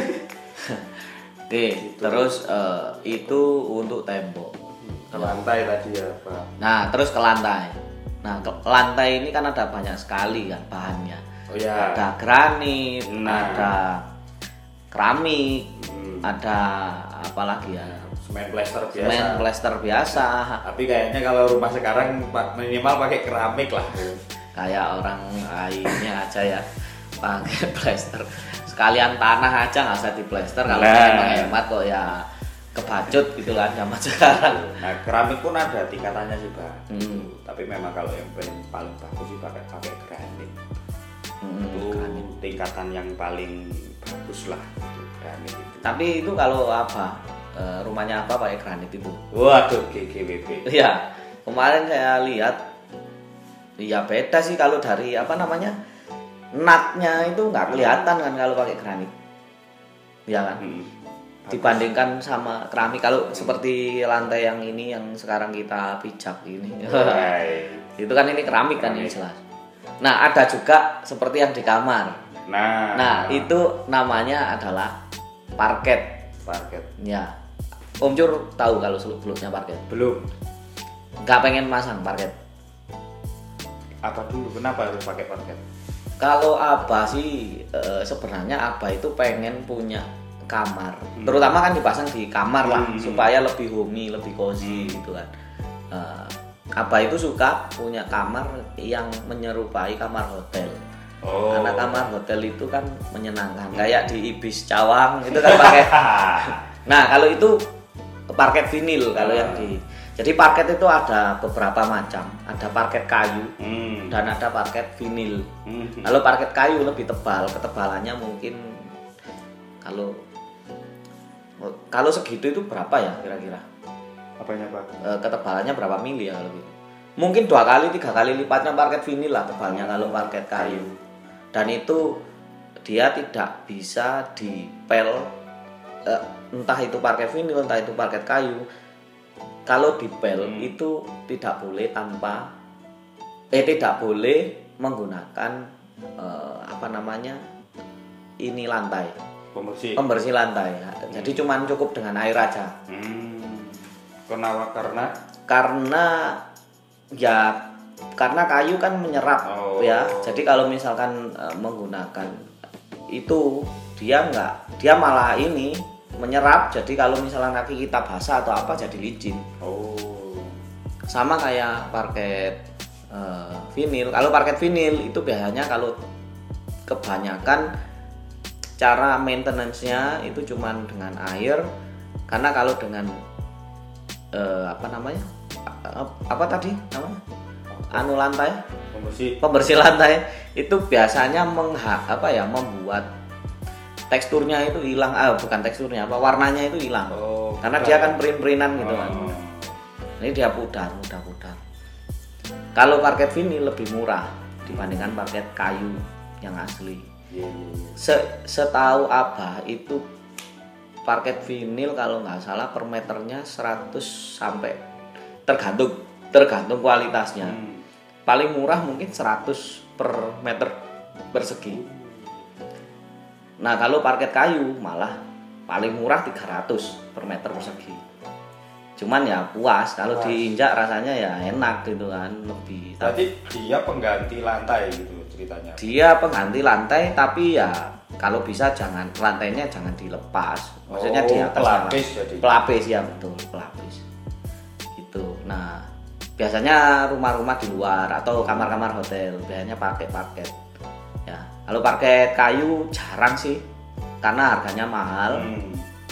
Oke, gitu. Terus uh, itu untuk tembok. Ke lantai ya. Tadi ya Pak. Nah terus ke lantai. Nah ke lantai ini kan ada banyak sekali kan bahannya. Oh ya. Ada granit, nah. ada keramik, hmm. ada apa lagi ya? Semen plester biasa. Semen plester biasa. Tapi kayaknya kalau rumah sekarang minimal pakai keramik lah. Kayak orang lainnya aja ya pakai plester. Sekalian tanah aja nggak usah di plester kalau nah. pengen menghemat kok ya. kebacut gitu kan zaman sekarang. Nah keramik pun ada tingkatannya sih Pak. Hmm. Tapi memang kalau yang paling paling bagus sih pakai pakai granit. Hmm, Itu granit. tingkatan yang paling bagus lah itu, granit itu. Tapi itu kalau apa e, rumahnya apa pakai granit itu? Waduh G G W P. Iya, kemarin saya lihat, ya beda sih kalau dari apa namanya natnya itu nggak kelihatan kan kalau pakai granit, ya kan? Hmm. Dibandingkan sama keramik. Kalau seperti lantai yang ini yang sekarang kita pijak ini, Right. itu kan ini keramik kan ini jelas. Nah ada juga seperti yang di kamar. Nah, Nah itu namanya adalah parket. parket. Ya, Om Cur tahu kalau seluk-beluknya parket. Belum. Nggak pengen masang parket. Apa dulu? Kenapa harus pakai parket? Kalau Abah sih e, sebenarnya Abah itu pengen punya kamar, hmm. terutama kan dipasang di kamar lah, hmm. supaya lebih homey, lebih cozy gitu kan. E, Abah itu suka punya kamar yang menyerupai kamar hotel. Oh. Karena kamar hotel itu kan menyenangkan, kayak di Ibis Cawang itu kan pakai. Nah kalau itu parket vinil kalau yang di. Jadi parket itu ada beberapa macam, ada parket kayu hmm. dan ada parket vinil. Hmm. Kalau parket kayu lebih tebal, ketebalannya mungkin kalau kalau segitu itu berapa ya kira-kira? Apanya Pak? E, ketebalannya berapa mili ya kalau gitu? Mungkin dua kali, tiga kali lipatnya parket vinil lah tebalnya kalau parket kayu. Dan itu dia tidak bisa dipel, e, entah itu parket vinil, entah itu parket kayu. Kalau dipel hmm. itu tidak boleh tanpa eh tidak boleh menggunakan eh, apa namanya ini lantai pembersih pembersih lantai. Jadi hmm. cuman cukup dengan air aja. Hmm. Kenapa? Karena karena ya karena kayu kan menyerap oh. ya. Jadi kalau misalkan eh, menggunakan itu dia enggak dia malah ini menyerap, jadi kalau misalnya kaki kita basah atau apa jadi licin. Oh. Sama kayak parket uh, vinil. Kalau parket vinil itu biasanya kalau kebanyakan cara maintenance-nya itu cuman dengan air. Karena kalau dengan uh, apa namanya? Apa tadi namanya? Anu lantai? Pembersih. Pembersih lantai itu biasanya mengha apa ya membuat teksturnya itu hilang, ah bukan teksturnya apa warnanya itu hilang, oh, karena pudar. Dia kan perin-perinan gitu oh. kan. Ini dia pudar, mudah pudar. Kalau parket vinil lebih murah dibandingkan parket kayu yang asli. Yeah, yeah, yeah. Se- setahu Abah itu parket vinil kalau nggak salah per meternya seratus sampai tergantung tergantung kualitasnya. Hmm. Paling murah mungkin seratus per meter persegi. Nah kalau parket kayu malah paling murah tiga ratus per meter persegi. Cuman ya puas, kalau puas. Diinjak rasanya ya enak gitu kan, lebih. Berarti dia pengganti lantai gitu ceritanya. Dia pengganti lantai tapi ya kalau bisa jangan lantainya jangan dilepas. Maksudnya oh, di atas pelapis jadi. Pelapis ya betul, pelapis. Gitu. Nah, biasanya rumah-rumah di luar atau kamar-kamar hotel biasanya pakai parket. Ya, kalau parket kayu jarang sih, karena harganya mahal. Hmm.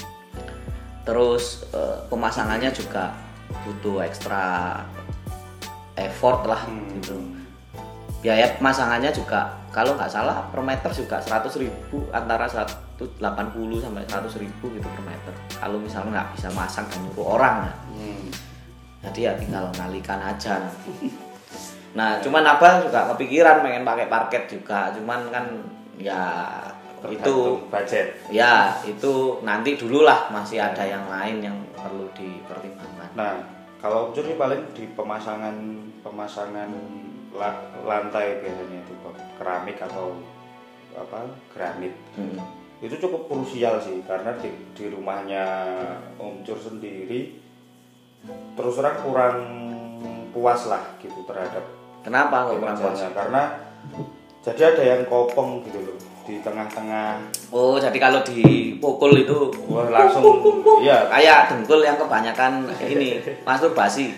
Terus eh, pemasangannya juga butuh ekstra effort lah, hmm. gitu. Biaya pemasangannya juga kalau nggak salah per meter juga seratus ribu, antara seratus delapan puluh sampai seratus ribu gitu per meter. Kalau misalnya nggak bisa masang dan nyuruh orang, ya. hmm. jadi ya tinggal ngalikan aja. Nah, cuman Abah juga kepikiran pengen pakai parket juga, cuman kan ya tergantung itu budget. Ya, itu nanti dulu lah, masih ada yang lain yang perlu dipertimbangkan. Nah, kalau Om ini paling di pemasangan pemasangan lantai biasanya itu keramik atau apa granit. Hmm. Itu cukup krusial sih karena di, di rumahnya Om Cur sendiri terus terang kurang puas lah gitu terhadap. Kenapa kok kurang puas? Karena jadi ada yang kopong gitu loh di tengah-tengah. Oh, jadi kalau dipukul itu wah, langsung iya kayak dengkul yang kebanyakan ini masturbasi.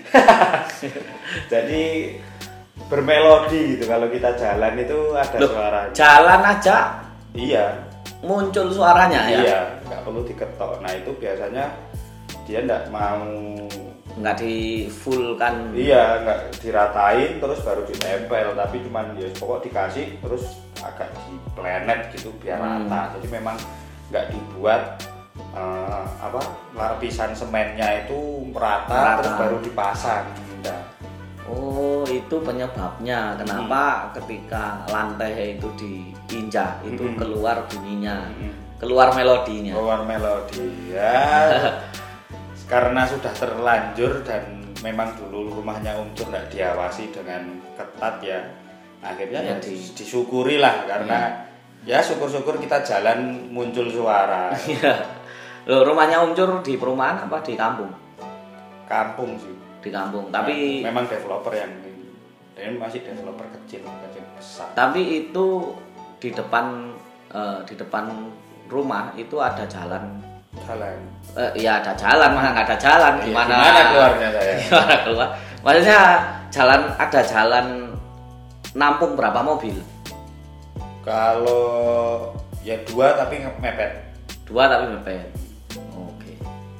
Jadi bermelodi gitu kalau kita jalan itu ada loh, suaranya. Jalan aja. Iya. Muncul suaranya ya. Iya, nggak perlu diketok. Nah itu biasanya dia nggak mau nggak di full kan. Iya, nggak diratain terus baru ditempel, tapi cuman ya pokok dikasih terus agak di planet gitu biar Hmm. rata. Jadi memang nggak dibuat uh, apa lapisan semennya itu merata, Merata. terus baru dipasang. Nah, Oh, itu penyebabnya kenapa ketika lantai itu diinjak itu Hmm. keluar bunyinya, mm, keluar melodinya. keluar melodi ya. Karena sudah terlanjur dan memang dulu rumahnya Om Cur nggak diawasi dengan ketat ya, akhirnya ya Jadi- dis- disyukuri lah karena ya syukur-syukur kita jalan muncul suara. Iya. Loh, rumahnya Om Cur di perumahan apa di kampung? Kampung sih, Di kampung. Tapi Nah, memang developer yang ini dan masih developer kecil kecil besar. tapi itu di depan eh, di depan rumah itu ada jalan. Jalan Eh, ya ada jalan, mana nggak ada jalan? Iya, Gimana? gimana keluarnya saya? Gimana keluar? Maksudnya jalan ada jalan nampung berapa mobil? Kalau ya dua tapi mepet. Dua tapi mepet. Oke.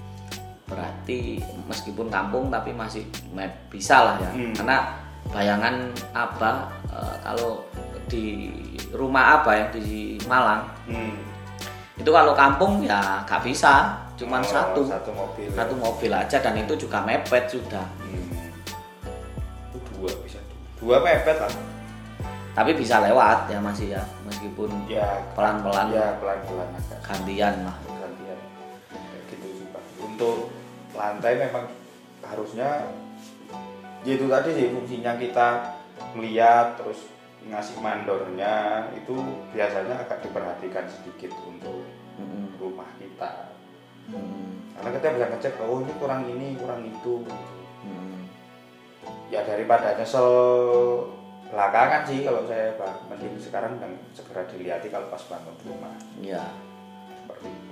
Berarti meskipun kampung tapi masih mep bisa lah ya. Hmm. Karena bayangan Abah eh, kalau di rumah Abah yang di Malang Hmm. itu kalau kampung ya nggak bisa, cuman Oh, satu satu mobil. satu mobil aja dan itu juga mepet sudah. Hmm. Itu dua bisa dua mepet lah. Tapi bisa lewat ya masih ya, meskipun Ya pelan-pelan ya pelan-pelan agak gantian lah. gantian kayak gitu sih Pak. Untuk lantai memang harusnya ya itu tadi sih fungsinya kita melihat terus ngasih mandornya itu biasanya agak diperhatikan sedikit untuk Mm-mm. rumah kita Mm-mm. karena kita bisa ngecek oh ini kurang ini kurang itu. Mm-mm. Ya daripada nyesel belakangan sih kalau saya Pak, mending sekarang dan segera dilihati kalau pas bangun rumah Ya, seperti itu.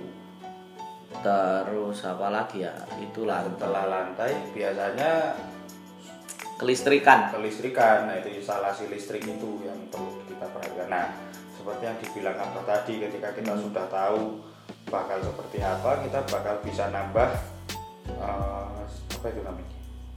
terus apa lagi ya? Itu lantai. Setelah lantai biasanya Kelistrikan. kelistrikan, nah itu instalasi listrik itu yang perlu kita perhatikan. Nah seperti yang dibilang Abah tadi, ketika kita Hmm. sudah tahu bakal seperti apa, kita bakal bisa nambah uh, apa itu namanya?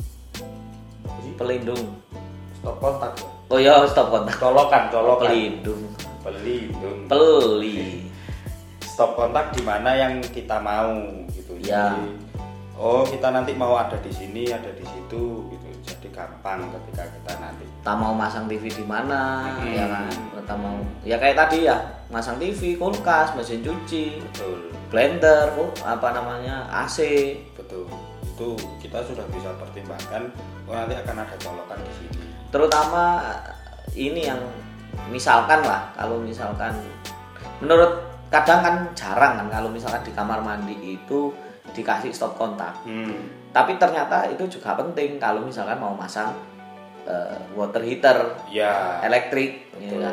Apa sih? Pelindung. Stop kontak ya? Oh ya, stop kontak. Colokan, colokan. Pelindung. Pelindung. Peli. Stop kontak di mana yang kita mau gitu. Ya. Jadi, oh kita nanti mau ada di sini, ada di situ gitu. Jadi gampang ketika kita nanti. Kita mau masang T V di mana, Hmm. ya kan? Kita mau ya kayak tadi ya, masang T V, kulkas, mesin cuci, Betul, blender, oh, apa namanya, A C. betul. Itu kita sudah bisa pertimbangkan. Oh nanti akan ada colokan di sini. Terutama ini yang misalkan lah, kalau misalkan menurut kadang kan jarang kan kalau misalkan di kamar mandi itu dikasih stop kontak. Hmm. Tapi ternyata itu juga penting kalau misalkan mau masang uh, water heater Ya. elektrik, ya Betul. kan.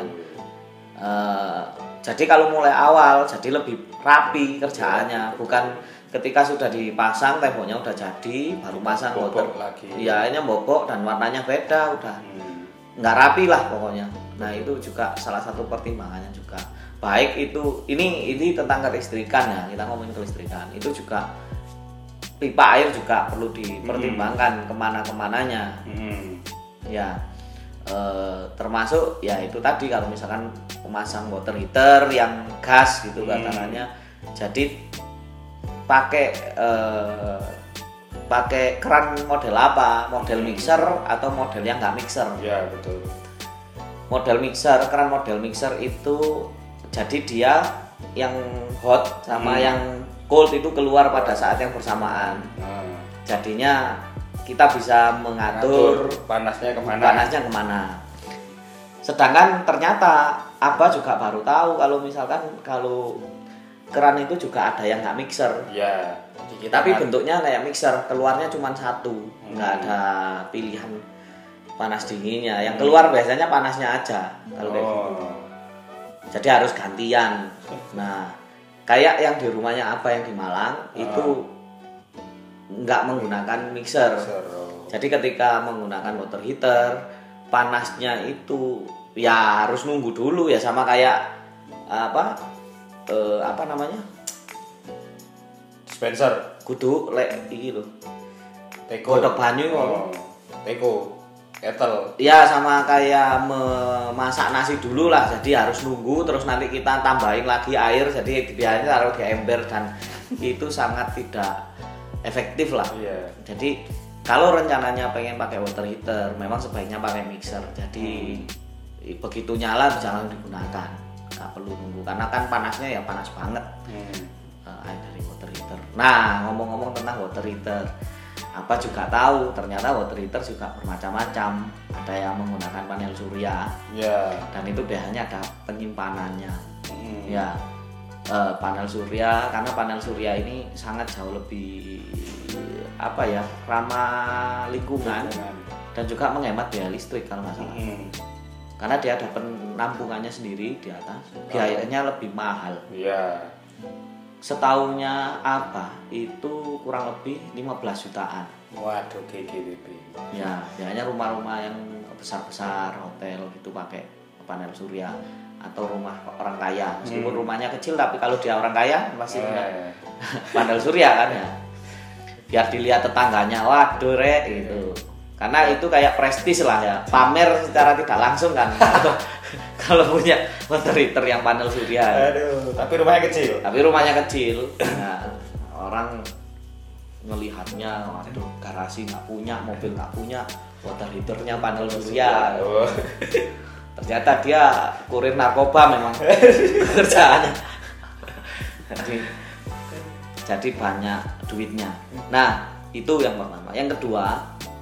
Uh, jadi kalau mulai awal jadi lebih rapi kerjaannya, bukan ketika sudah dipasang temboknya udah jadi baru pasang water. Bobok lagi. Iya, ini bobok dan warnanya beda, udah Hmm. nggak rapi lah pokoknya. Nah itu juga salah satu pertimbangannya juga. Baik itu ini ini tentang kelistrikan ya, kita ngomongin kelistrikan. Itu juga pipa air juga perlu dipertimbangkan kemana-kemananya. Hmm. Ya eh, termasuk ya itu tadi kalau misalkan pemasang water heater yang gas gitu Hmm. katakannya, jadi pakai eh, pakai keran model apa, model mixer atau model yang nggak mixer. Ya betul. Model mixer, keran model mixer itu jadi dia yang hot sama Hmm. yang cold itu keluar pada saat yang bersamaan. Nah, Jadinya kita bisa mengatur atur panasnya kemana? panasnya kemana. Sedangkan ternyata Abah juga baru tahu kalau misalkan kalau keran itu juga ada yang nggak mixer. Ya. jadi kita Tapi kan- bentuknya kayak mixer, keluarnya cuma satu, nggak Hmm. ada pilihan panas dinginnya. Yang keluar biasanya panasnya aja kalau kayak gitu. Oh. Jadi harus gantian. Nah, kayak yang di rumahnya apa yang di Malang itu nggak menggunakan mixer. Seru. Jadi ketika menggunakan water heater, panasnya itu ya harus nunggu dulu ya, sama kayak apa eh, apa namanya dispenser. Kudu lek iki lho. Teko. Godhog banyu Oh, teko. Kettle. Ya sama kayak memasak nasi dulu lah, jadi harus nunggu terus nanti kita tambahin lagi air, jadi biasanya taruh di ember dan itu sangat tidak efektif lah. Iya. Jadi kalau rencananya pengen pakai water heater, memang sebaiknya pakai mixer. Jadi hmm. begitu nyala bisa langsung digunakan, nggak perlu nunggu karena kan panasnya ya panas banget hmm. uh, air dari water heater. Nah ngomong-ngomong tentang water heater. Apa juga tahu ternyata water heater juga bermacam-macam, ada yang menggunakan panel surya ya. Dan itu biasanya ada penyimpanannya hmm. ya eh, panel surya, karena panel surya ini sangat jauh lebih apa ya ramah lingkungan, lingkungan. Dan juga menghemat biaya listrik kalau nggak salah hmm. karena dia ada penampungannya sendiri di atas, biayanya lebih mahal ya. Setahunnya apa itu kurang lebih lima belas jutaan. Waduh, G G W P. Ya, biasanya rumah-rumah yang besar-besar, hotel gitu pakai panel surya atau rumah orang kaya. Meskipun hmm. rumahnya kecil tapi kalau dia orang kaya masih punya eh. panel surya kan ya. Biar dilihat tetangganya, waduh rek gitu. Karena itu kayak prestis lah ya, pamer secara tidak langsung kan. Kalau punya water heater yang panel surya. Aduh, tapi rumahnya kecil. Tapi rumahnya kecil. Nah, orang ngelihatnya, waduh, garasi nggak punya, mobil nggak punya, water heaternya panel surya. Oh. Ternyata dia kurir narkoba memang kerjaannya. Jadi, jadi banyak duitnya. Nah, itu yang pertama. Yang kedua,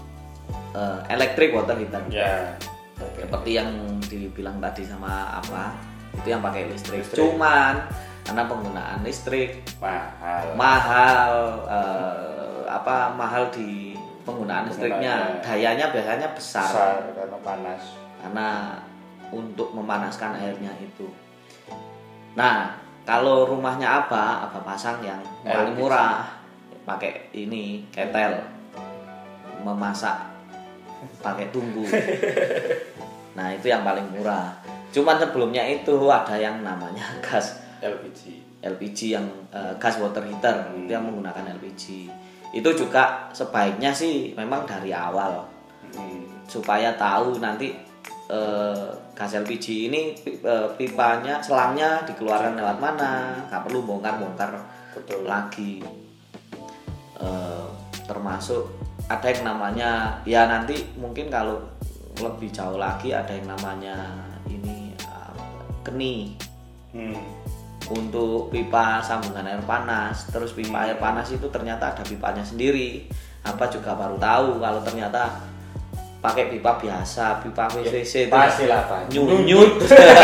uh, electric water heater. Ya. Seperti yang dibilang tadi sama apa itu yang pakai listrik. listrik cuman karena penggunaan listrik mahal mahal eh, apa mahal di penggunaan listriknya, dayanya biasanya besar, besar karena panas, karena untuk memanaskan airnya itu. Nah kalau rumahnya apa apa pasang yang paling murah pakai ini ketel, memasak pakai tunggu. Nah itu yang paling murah. Cuman sebelumnya itu ada yang namanya gas L P G. L P G yang uh, gas water heater hmm. itu yang menggunakan L P G. Itu juga sebaiknya sih memang dari awal hmm. supaya tahu nanti uh, gas L P G ini uh, pipanya selangnya dikeluarkan lewat mana, nggak perlu bongkar-bongkar betul lagi. Uh, termasuk ada yang namanya ya nanti mungkin kalau lebih jauh lagi ada yang namanya ini uh, keni hmm. untuk pipa sambungan air panas. Terus pipa hmm. air panas itu ternyata ada pipanya sendiri. Apa juga baru tahu kalau ternyata pakai pipa biasa, pipa V C C ya, pastilah Pak. Nyunyut.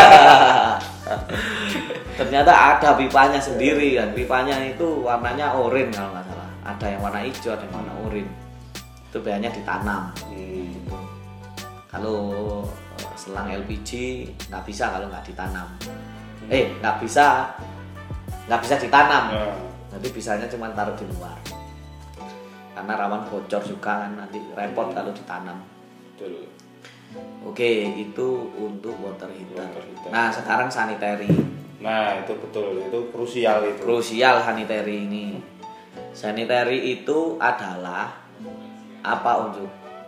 Ternyata ada pipanya sendiri kan. Pipanya itu warnanya oranye kalau nggak salah. Ada yang warna hijau, ada yang warna oranye. Itu biasanya ditanam. Hmm. Gitu. Kalau selang L P G nggak bisa kalau nggak ditanam. Hmm. Eh nggak bisa, nggak bisa ditanam. Hmm. Jadi bisanya cuma taruh di luar. Karena rawan bocor juga kan, nanti repot hmm. kalau ditanam. Betul. Oke, itu untuk water heater. water heater. Nah sekarang sanitary. Nah itu betul, itu krusial itu. Krusial sanitary ini. Sanitary itu adalah apa untuk?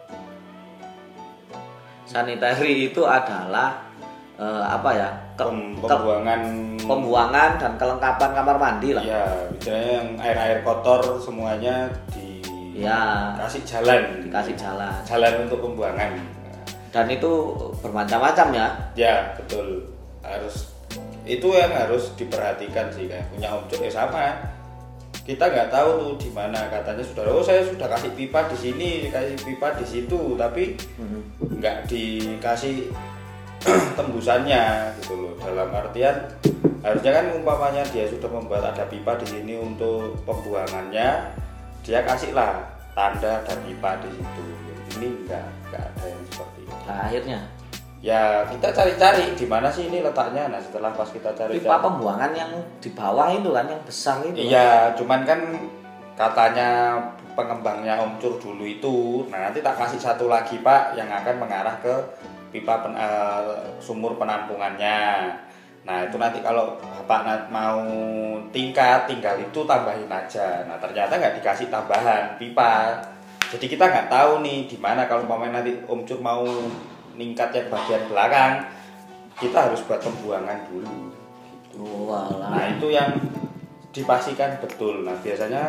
Sanitary itu adalah eh, apa ya? Ke, pembuangan ke, pembuangan dan kelengkapan kamar mandi lah. Ya, misalnya yang air-air kotor semuanya di ya, kasih jalan, dikasih jalan. Jalan untuk pembuangan. Dan itu bermacam-macam ya. Ya, betul. Harus itu yang harus diperhatikan sih, kayak punya Om Cuk eh sama. Kita nggak tahu tuh di mana, katanya sudah oh saya sudah kasih pipa di sini, kasih pipa di situ, tapi nggak dikasih tembusannya gitu loh. Dalam artian harusnya kan umpamanya dia sudah membuat ada pipa di sini untuk pembuangannya, dia kasihlah tanda ada pipa di situ. Ini nggak nggak ada yang seperti itu. Nah, akhirnya ya kita cari-cari di mana sih ini letaknya. Nah setelah pas kita cari pipa pembuangan yang di bawah itu kan yang besar itu. Iya, kan? Cuman kan katanya pengembangnya Om Cur dulu itu, nah nanti tak kasih satu lagi Pak yang akan mengarah ke pipa pen, uh, sumur penampungannya. Nah itu nanti kalau bapak na- mau tingkat, tinggal itu tambahin aja. Nah ternyata nggak dikasih tambahan pipa. Jadi kita nggak tahu nih di mana kalau umpamanya nanti Om Cur mau ningkat yang bagian belakang, kita harus buat pembuangan dulu. Gitu. Walah. Nah itu yang dipastikan betul. Nah biasanya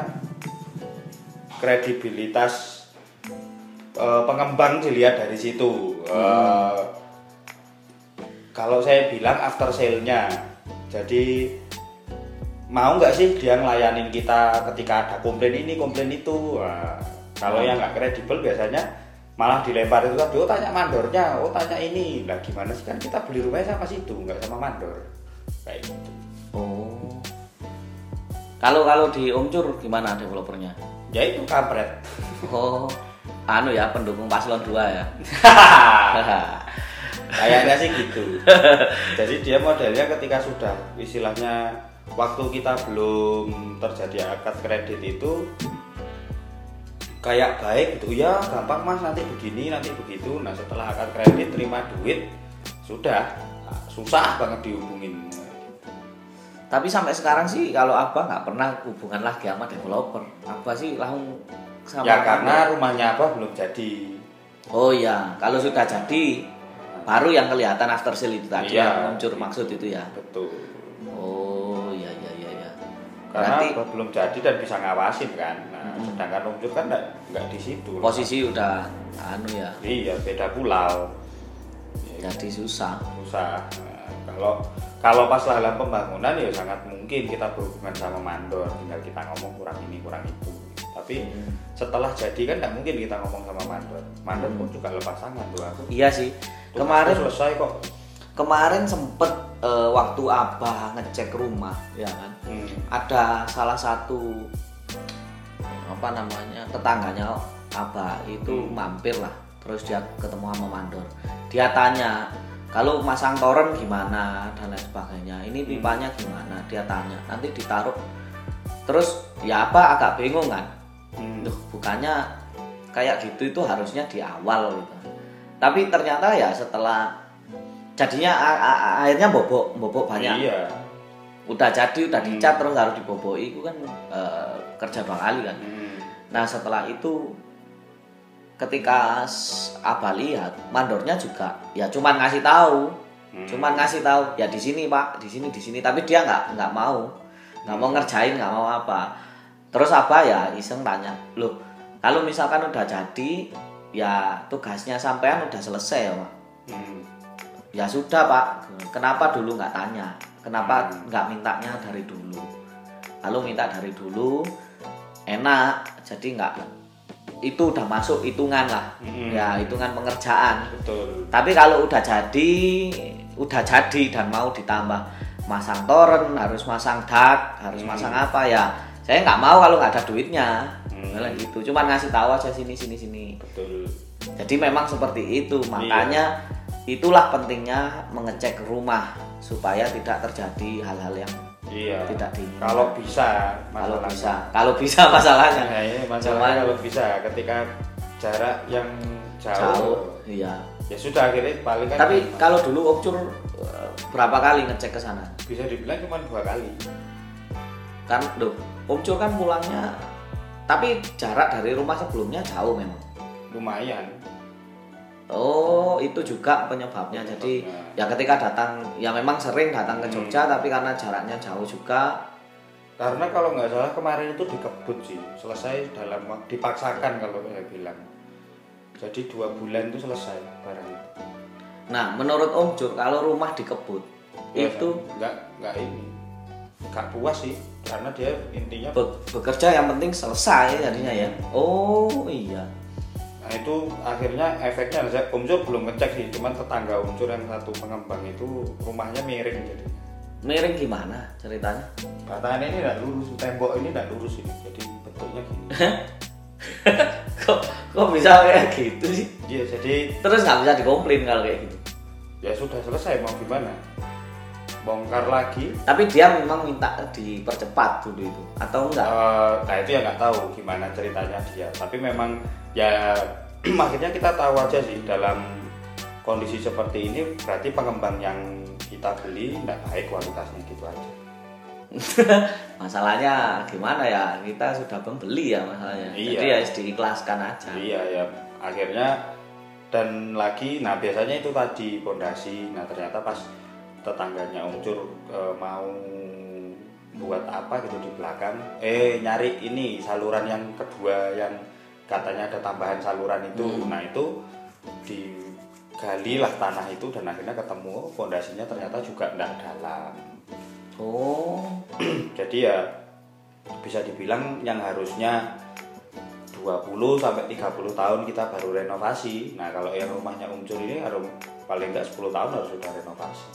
kredibilitas uh, pengembang dilihat dari situ. Uh, kalau saya bilang after sale-nya, jadi mau nggak sih dia ngelayanin kita ketika ada komplain ini komplain itu. Nah, kalau yang nggak kredibel biasanya malah dilempar itu tadi, oh tanya mandornya, oh tanya ini. Lah gimana sih, kan kita beli rumahnya sama situ, nggak sama mandor. Kayak gitu. Oh. Kalau kalau di Om Cur gimana developernya? Ya itu kampret. Oh, anu ya, pendukung paslon dua ya. Kayaknya sih gitu. Jadi dia modelnya ketika sudah istilahnya waktu kita belum terjadi akad kredit itu kayak baik gitu ya, gampang mas nanti begini nanti begitu. Nah setelah akad kredit terima duit sudah susah banget dihubungin. Tapi sampai sekarang sih kalau Abah nggak pernah hubungan lagi sama developer. Abah sih langsung sama ya karena rumahnya Abah belum jadi. Oh iya, kalau sudah jadi baru yang kelihatan after sale itu tadi iya, yang Om Cur maksud itu ya. Betul. Oh iya iya iya iya. Karena Berarti Abah belum jadi dan bisa ngawasin kan. Nah, hmm. sedangkan Om Cur kan nggak di situ. Posisi loh. Udah anu ya. Iya, beda pulau. Jadi susah. Susah. Nah, kalau kalau pas dalam pembangunan ya sangat mungkin kita berhubungan sama mandor, tinggal kita ngomong kurang ini kurang itu. Tapi hmm. setelah jadi kan nggak mungkin kita ngomong sama mandor. Mandor pun juga lepas tangan tuh aku. Iya sih. Tuh, kemarin selesai kok. Kemarin sempet uh, waktu Abah ngecek rumah, ya kan. Hmm. Ada salah satu apa namanya tetangganya Abah itu hmm. mampir lah. Terus dia ketemu sama mandor. Dia tanya, kalau masang toren gimana dan lain sebagainya, ini pipanya gimana, dia tanya, nanti ditaruh. Terus ya apa agak bingung kan, hmm. Duh, bukannya kayak gitu itu harusnya di awal gitu. Tapi ternyata ya setelah jadinya a- a- akhirnya bobok, bobok banyak. Iya. Udah jadi, udah dicat hmm. terus harus diboboki, itu kan e, kerja dua kali kan. Hmm. Nah setelah itu ketika Abah lihat mandornya juga ya cuman ngasih tahu, hmm. cuman ngasih tahu ya di sini Pak, di sini di sini, tapi dia nggak nggak mau nggak mau ngerjain, nggak mau apa. Terus Abah ya iseng tanya, loh kalau misalkan udah jadi ya tugasnya sampean udah selesai ya Pak. Hmm. Ya sudah Pak, kenapa dulu nggak tanya, kenapa nggak hmm. mintanya dari dulu? Kalau minta dari dulu enak, jadi nggak itu udah masuk hitungan lah, hmm. ya hitungan pengerjaan. Betul. Tapi kalau udah jadi, udah jadi dan mau ditambah masang toren, harus masang dak, harus hmm. masang apa ya? Saya nggak mau kalau nggak ada duitnya, hmm. gitu. Cuman ngasih tahu aja sini sini sini. Betul. Jadi memang seperti itu, makanya iya. itulah pentingnya mengecek rumah supaya tidak terjadi hal-hal yang iya. tidak diinginkan. Kalau bisa, kalau bisa, kalau bisa masalahnya. Nah, ini masalahnya kalau bisa, ketika jarak yang jauh, jauh iya. Ya sudah akhirnya paling kan. Tapi kan, kalau dulu Om Cur berapa kali ngecek ke sana? Bisa dibilang cuma dua kali. Kan, loh, Om Cur kan pulangnya, tapi jarak dari rumah sebelumnya jauh memang. Lumayan. Oh, itu juga penyebabnya. penyebabnya. Jadi ya ketika datang, ya memang sering datang ke Jogja, hmm. tapi karena jaraknya jauh juga. Karena kalau nggak salah kemarin itu dikebut sih, selesai dalam waktu dipaksakan kalau saya bilang. Jadi dua bulan itu selesai barangnya. Nah, menurut Om Cur, kalau rumah dikebut ya, itu nggak nggak ini, nggak puas sih, karena dia intinya be- bekerja yang penting selesai jadinya ya. Oh iya. Nah itu akhirnya efeknya, saya Om Cur belum ngecek sih, cuman tetangga Om Cur yang satu pengembang itu rumahnya miring jadi. Miring gimana ceritanya? Batakan ini tidak lurus, tembok ini tidak lurus ini, jadi bentuknya gini. kok kok bisa kayak gitu sih? Iya jadi. Terus nggak bisa dikomplain kalau kayak gitu? Ya sudah selesai, mau gimana? Bongkar lagi. Tapi dia memang minta dipercepat dulu itu atau enggak? Uh, nah itu ya nggak tahu gimana ceritanya dia. Tapi memang ya akhirnya kita tahu aja sih dalam kondisi seperti ini berarti pengembang yang kita beli tidak baik kualitasnya gitu aja. Masalahnya gimana ya, kita sudah membeli ya masalahnya. Iya. Jadi ya diikhlaskan aja. Iya ya, akhirnya dan lagi, nah biasanya itu tadi pondasi. Nah ternyata pas tetangganya Om Cur e, mau buat apa gitu di belakang, eh nyari ini saluran yang kedua yang katanya ada tambahan saluran itu. Hmm. Nah itu digali lah tanah itu dan akhirnya ketemu pondasinya ternyata juga tidak dalam. Oh. Jadi ya bisa dibilang yang harusnya dua puluh sampai tiga puluh tahun kita baru renovasi. Nah, kalau yang rumahnya Om Cur ini harus paling enggak sepuluh tahun harus sudah renovasi.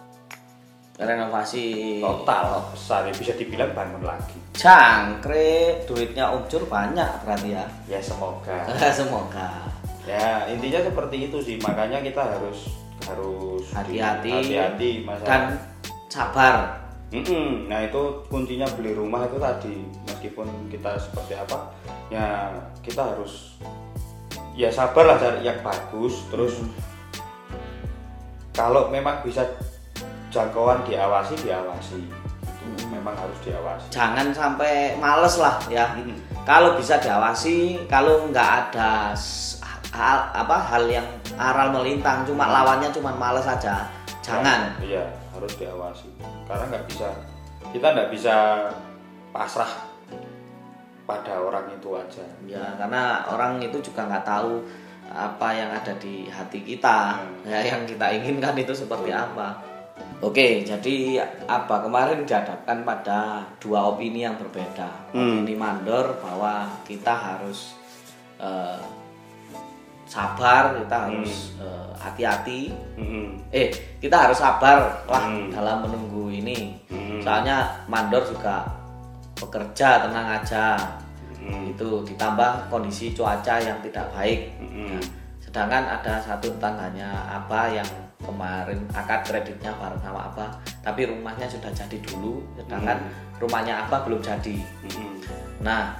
Renovasi total besar, bisa dibilang bangun lagi. Jangkrik, duitnya Om Cur banyak berarti ya. Ya semoga. Semoga. Ya, intinya seperti itu sih. Makanya kita harus harus hati-hati hati-hati masalah dan sabar. Mm-mm. Nah itu kuncinya beli rumah itu tadi, meskipun kita seperti apa ya kita harus ya sabar lah cari yang bagus. Terus mm. kalau memang bisa jangkauan diawasi diawasi itu mm. memang harus diawasi, jangan sampai males lah ya. Mm. Kalau bisa diawasi, kalau nggak ada hal apa hal yang aral melintang cuma mm. lawannya cuma males aja, jangan. Iya, harus diawasi karena nggak bisa, kita nggak bisa pasrah pada orang itu aja ya, karena orang itu juga nggak tahu apa yang ada di hati kita. hmm. Ya, yang kita inginkan itu seperti hmm. apa. Oke, jadi apa kemarin dihadapkan pada dua opini yang berbeda. hmm. Opini mandor bahwa kita harus uh, sabar, kita harus hmm. uh, hati-hati. Hmm. Eh, kita harus sabar lah hmm. dalam menunggu ini. Hmm. Soalnya mandor juga bekerja, tenang aja. Hmm. Itu ditambah kondisi cuaca yang tidak baik. Hmm. Nah, sedangkan ada satu tetangganya Abah yang kemarin akad kreditnya bareng sama Abah, tapi rumahnya sudah jadi dulu, sedangkan hmm. rumahnya Abah belum jadi. Hmm. Nah,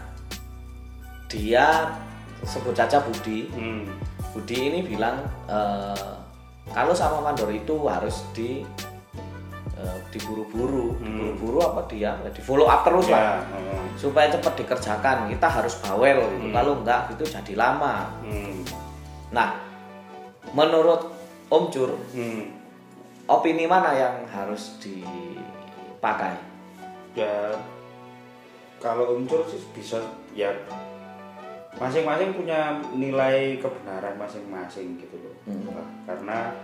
dia sebut saja Budi. Hmm. Budi ini bilang e, kalau sama mandor itu harus di e, diburu-buru, hmm. diburu-buru apa dia, di follow up terus ya, lah, hmm. supaya cepat dikerjakan. Kita harus bawel, gitu. Hmm. Kalau enggak itu jadi lama. Hmm. Nah, menurut Om Cur, hmm. opini mana yang harus dipakai? Ya, kalau Om Cur sih bisa ya. Masing-masing punya nilai kebenaran masing-masing gitu loh. Hmm. Karena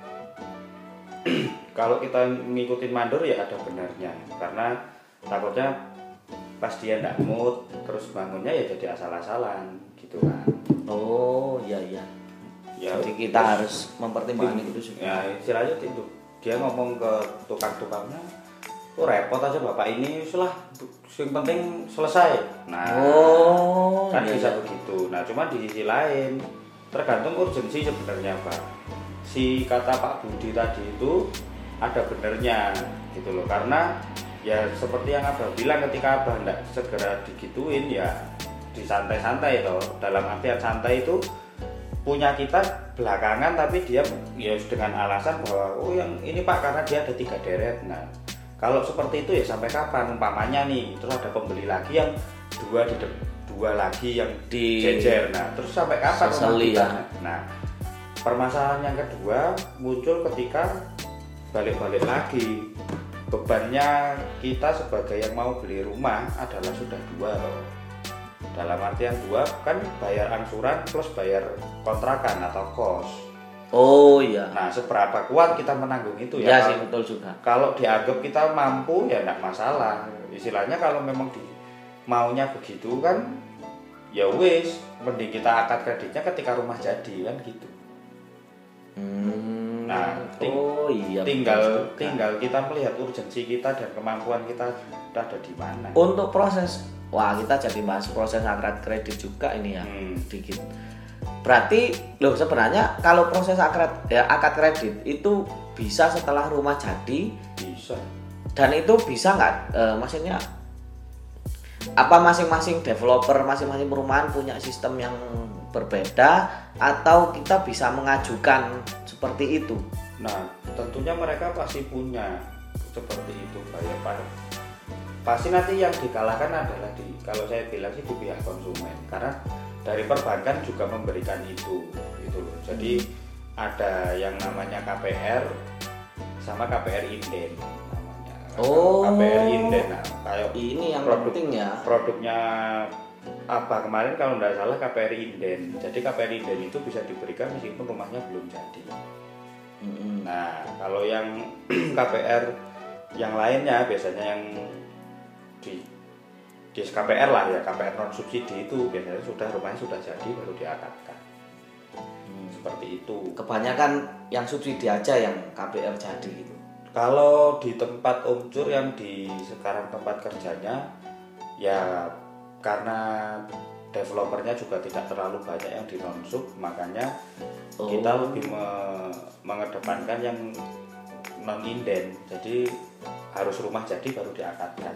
kalau kita ngikutin mandor ya ada benarnya. Karena takutnya pas dia ndak mood terus bangunnya ya jadi asal-asalan gitu kan. Oh iya iya. Ya, jadi kita terus, harus mempertimbangkan itu juga. Ya istilahnya itu dia ngomong ke tukang-tukangnya, oh repot aja bapak ini, sulah yang penting selesai. Nah, oh, kan iya, bisa iya. begitu. Nah, cuma di sisi lain tergantung urgensi sebenarnya Pak. Si kata Pak Budi tadi itu ada benernya gitu loh. Karena ya seperti yang Abah bilang, ketika Abah hendak segera digituin ya disantai-santai toh. Dalam artian santai itu punya kita belakangan, tapi dia ya dengan alasan bahwa oh yang ini Pak karena dia ada tiga deret. Nah, kalau seperti itu ya sampai kapan umpamanya nih, terus ada pembeli lagi yang dua di dua lagi yang di jejer. Nah, terus sampai kapan rumah kita? Ya. Nah, permasalahan yang kedua muncul ketika balik-balik lagi. Bebannya kita sebagai yang mau beli rumah adalah sudah dua loh. Dalam artian dua kan bayar angsuran plus bayar kontrakan atau kos. Oh iya. Nah, seberapa kuat kita menanggung itu ya? Ya sih, betul juga. Kalau dianggap kita mampu ya enggak masalah. Istilahnya kalau memang di, maunya begitu kan ya wis, mending kita akad kreditnya ketika rumah jadi kan gitu. Hmm. Nah, ting- oh iya. Tinggal tinggal kita melihat urgensi kita dan kemampuan kita ada di mana. Untuk proses, wah kita jadi bahas proses akad kredit juga ini ya, hmm. dikit. Berarti loh sebenarnya kalau proses akad ya, akad kredit itu bisa setelah rumah jadi? Bisa. Dan itu bisa nggak? E, maksudnya apa masing-masing developer, masing-masing perumahan punya sistem yang berbeda atau kita bisa mengajukan seperti itu? Nah, tentunya mereka pasti punya seperti itu Pak ya Pak. Pasti nanti yang dikalahkan adalah di, kalau saya bilang sih di pihak konsumen, karena dari perbankan juga memberikan itu gitu loh. Jadi ada yang namanya K P R sama K P R inden namanya. Oh, K P R inden, nah, kayak ini yang produk, penting ya. Produknya apa kemarin kalau tidak salah K P R inden. Jadi K P R inden itu bisa diberikan meskipun rumahnya belum jadi. Mm-hmm. Nah, kalau yang K P R yang lainnya biasanya yang di di K P R lah ya, K P R non subsidi itu biasanya sudah rumahnya sudah jadi baru diakatkan. Hmm. Seperti itu. Kebanyakan yang subsidi aja yang K P R jadi gitu. Kalau di tempat Om Cur yang di sekarang tempat kerjanya ya karena developernya juga tidak terlalu banyak yang di non sub, makanya oh. kita lebih me- mengedepankan yang non inden. Jadi harus rumah jadi baru diakatkan.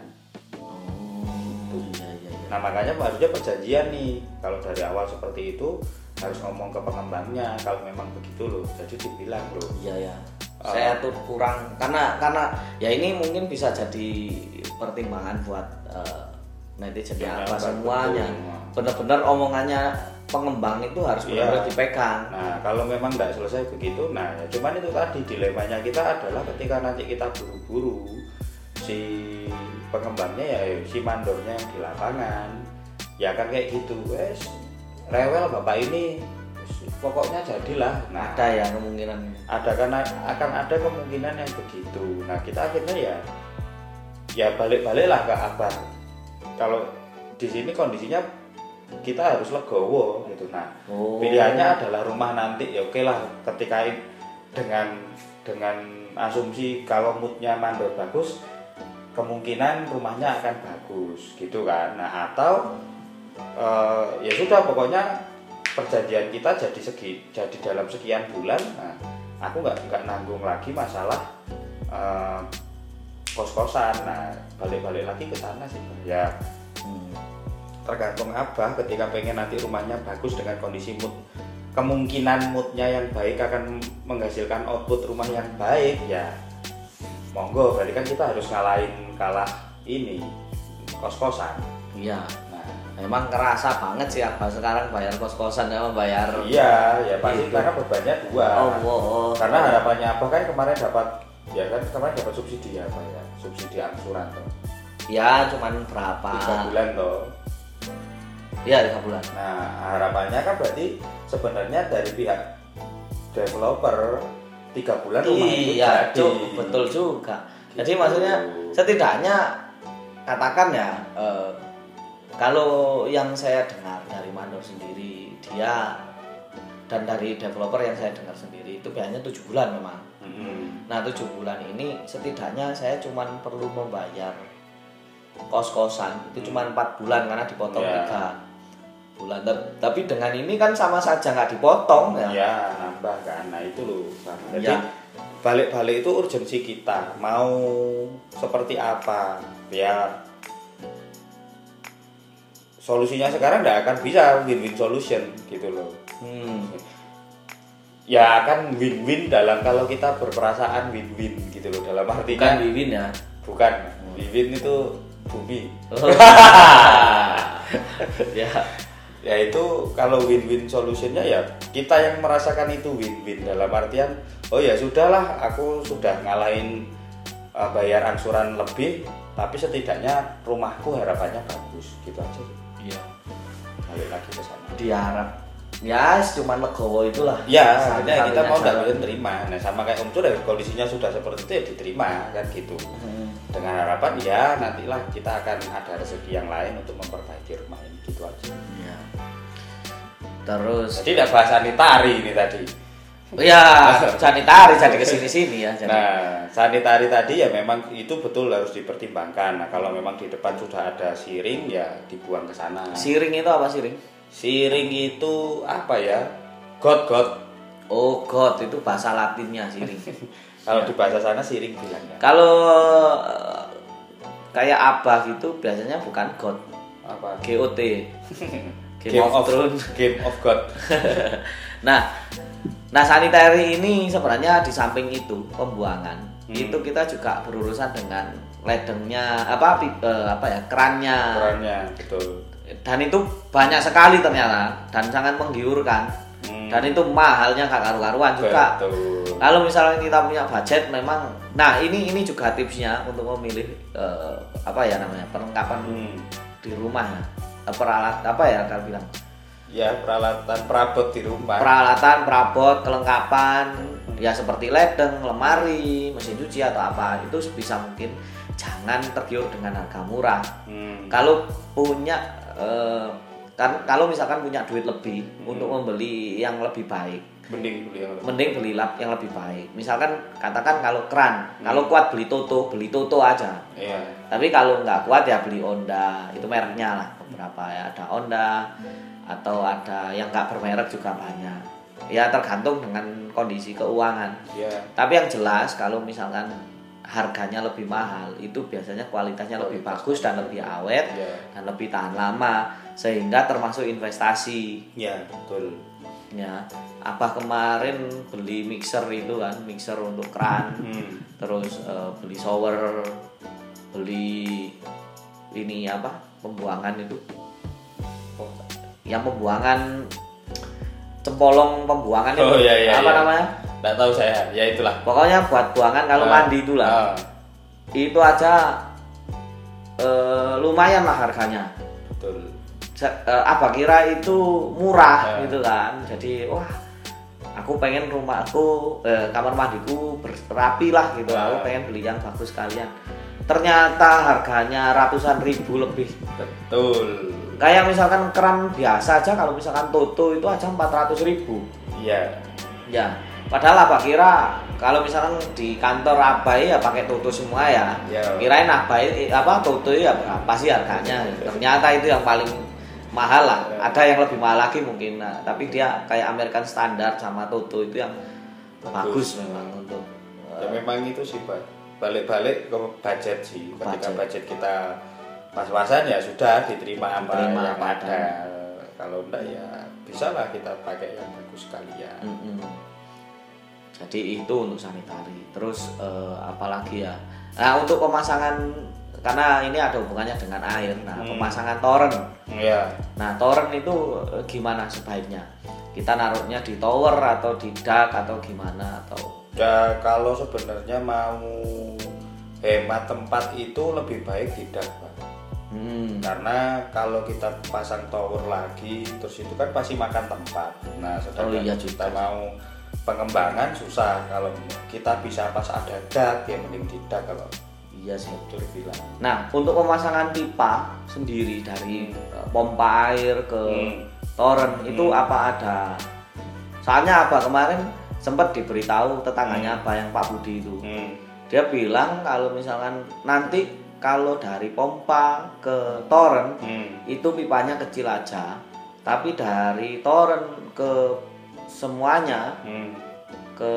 Oh, iya, iya, iya. Nah makanya harusnya perjanjian nih, kalau dari awal seperti itu harus ngomong ke pengembangnya kalau memang begitu loh, jadi dibilang loh. Iya ya, uh, saya tuh kurang karena karena ya ini mungkin bisa jadi pertimbangan buat uh, netizen ya, apa semuanya. Benar-benar omongannya pengembang itu harus benar-benar iya. dipegang. Nah kalau memang nggak selesai begitu, nah ya cuman itu tadi dilemanya kita adalah ketika nanti kita buru-buru si pengembangnya ya si mandornya yang di lapangan ya kan kayak gitu, wes rewel bapak ini pokoknya jadilah. Nah ada ya kemungkinan ada karena akan ada kemungkinan yang begitu. Nah kita akhirnya ya ya balik-baliklah ke abah. Kalau di sini kondisinya kita harus legowo gitu. Nah oh. pilihannya adalah rumah nanti ya oke lah ketika dengan dengan asumsi kalau moodnya mandor bagus kemungkinan rumahnya akan bagus gitu kan. Nah atau uh, ya sudah pokoknya perjanjian kita jadi segi jadi dalam sekian bulan. Nah aku nggak nggak nanggung lagi masalah uh, kos-kosan. Nah balik-balik lagi ke sana sih ya. Hmm. Tergantung abah ketika pengen nanti rumahnya bagus dengan kondisi mood, kemungkinan moodnya yang baik akan menghasilkan output rumah yang baik ya monggo, berarti kan kita harus ngalahin kalah ini kos-kosan. Iya. Nah, memang kerasa banget sih abah sekarang bayar kos-kosan ya bayar. Iya, ya pasti itu. Karena bebannya dua. Oh, oh, oh. Karena harapannya abah kan kemarin dapat ya kan kemarin dapat subsidi ya apa ya, subsidi angsuran tuh. Ya, cuman berapa? Tiga bulan toh. Iya, tiga bulan. Nah, harapannya kan berarti sebenarnya dari pihak developer tiga bulan rumah itu iya, jadi. Cuk, betul juga. Gitu. Jadi maksudnya setidaknya katakan ya eh, kalau yang saya dengar dari mandor sendiri dia dan dari developer yang saya dengar sendiri itu biasanya tujuh bulan memang. Mm-hmm. Nah tujuh bulan ini setidaknya saya cuma perlu membayar kos-kosan itu cuma empat bulan karena dipotong tiga yeah. bulan. Tapi dengan ini kan sama saja nggak dipotong ya. Ya nambah kan. Nah itu loh. Jadi ya. balik-balik itu urgensi kita mau seperti apa ya. Solusinya sekarang nggak akan bisa win-win solution gitu loh. Hmm. Ya akan win-win dalam kalau kita berperasaan win-win gitu loh, dalam artinya bukan win-win ya. Bukan. Win-win itu bumi. Oh. ya. Ya itu kalau win-win solutionnya ya kita yang merasakan itu win-win dalam artian oh ya sudahlah aku sudah ngalahin uh, bayar angsuran lebih tapi setidaknya rumahku harapannya bagus gitu aja. Iya. Balik lagi ke sana. Diharap ya cuma legowo itulah. Ya sebenarnya kita mau nggak boleh terima. Nah sama kayak Om Cur kondisinya sudah seperti itu ya diterima kan gitu. Hmm. Dengan harapan ya nantilah kita akan ada rezeki yang lain untuk memperbaiki rumah ini gitu aja. Iya. Terus jadi tidak bahas sanitari ini tadi. Iya, sanitari jadi kesini-sini ya. Jadi. Nah, sanitari tadi ya memang itu betul harus dipertimbangkan. Nah, kalau memang di depan sudah ada siring ya dibuang ke sana. Siring itu apa siring? Siring itu apa ya? Got-got. Oh, got itu bahasa Latinnya siring. Kalau ya. Di bahasa sana siring bilangnya. Kalau uh, kayak abah gitu biasanya bukan got. Apa? G O T. G Game, Game of, of Thrones. Game of God. Nah, nah sanitary ini sebenarnya di samping itu pembuangan, Hmm. itu kita juga berurusan dengan ledengnya apa pi- eh, apa ya kerannya. Perannya betul. Dan itu banyak sekali ternyata dan sangat menggiurkan. Hmm. Dan itu mahalnya gak karu-karuan juga. Betul. Kalau misalnya kita punya budget memang, nah ini ini juga tipsnya untuk memilih eh, apa ya namanya perlengkapan Hmm. di rumah, eh, peralat apa ya kalau bilang Ya peralatan perabot di rumah. peralatan, perabot, kelengkapan ya seperti ledeng, lemari, mesin cuci atau apa itu bisa mungkin jangan tergiur dengan harga murah. Hmm. Kalau punya eh, kan kalau misalkan punya duit lebih Hmm. untuk membeli yang lebih baik, Mending beli yang lebih. mending beli lap yang lebih baik. Misalkan katakan kalau keran, Hmm. kalau kuat beli Toto, beli Toto aja. Iya. Tapi kalau nggak kuat ya beli Honda, itu mereknya lah beberapa ya, ada Honda atau ada yang nggak bermerek juga banyak. Ya tergantung dengan kondisi keuangan. Iya. Tapi yang jelas kalau misalkan harganya lebih mahal, itu biasanya kualitasnya lebih bagus dan lebih awet Iya. dan lebih tahan lama, sehingga termasuk investasi. Iya, betul. Ya, Abah kemarin beli mixer itu kan, mixer untuk keran, Hmm. terus eh, beli shower, beli ini apa pembuangan itu, Oh. yang pembuangan cempolong pembuangan itu Oh, iya, iya, apa iya. namanya? Nggak tahu saya. Ya itulah. Pokoknya buat buangan kalau Ah. mandi itulah. Ah, Itu aja eh, lumayan lah harganya. betul. Se- eh, Abah kira itu murah Ah. gitu kan. Jadi wah, aku pengen rumahku eh, kamar mandiku berapi lah gitu. Ah. Aku pengen beli yang bagus sekalian. Ternyata harganya ratusan ribu lebih. Betul. Kayak misalkan keran biasa aja, kalau misalkan Toto itu aja empat ratus ribu. Iya. Ya, padahal Abah kira kalau misalkan di kantor Abah ya pakai Toto semua ya. Ya. Kirain Abah i- apa Toto ya berapa sih harganya? Ternyata itu yang paling mahal lah. Ya. Ada yang lebih mahal lagi mungkin. Nah, tapi dia kayak American Standard sama Toto itu yang bagus, Bagus. memang untuk Ya memang itu sih, Pak. Balik-balik ke budget sih. Ketika Budget. budget kita pas-pasan ya sudah diterima apa Diterima yang apa ada. Kalau enggak ya bisa lah kita pakai yang bagus sekalian. Mm-mm. Jadi itu untuk sanitari. Terus eh, apalagi ya? Nah, untuk pemasangan, karena ini ada hubungannya dengan air. Nah, Hmm. pemasangan toren. Iya. Nah, toren itu eh, gimana sebaiknya? Kita naruhnya di tower atau di dak atau gimana atau Ya kalau sebenarnya mau hemat tempat itu lebih baik tidak, Pak. hmm, Karena kalau kita pasang tower lagi terus itu kan pasti makan tempat. Nah, sedangkan Oh, iya kita juga. mau pengembangan susah. Kalau kita bisa pas ada dak ya mending tidak kalau iya sih. betul bilang. Nah, untuk pemasangan pipa sendiri dari eh, pompa air ke Hmm. toren itu Hmm. apa ada? Soalnya apa kemarin sempat diberitahu tetangganya apa yang Pak Budi itu. Hmm. Dia bilang kalau misalkan nanti kalau dari pompa ke toren Hmm. itu pipanya kecil aja, tapi dari toren ke semuanya Hmm. ke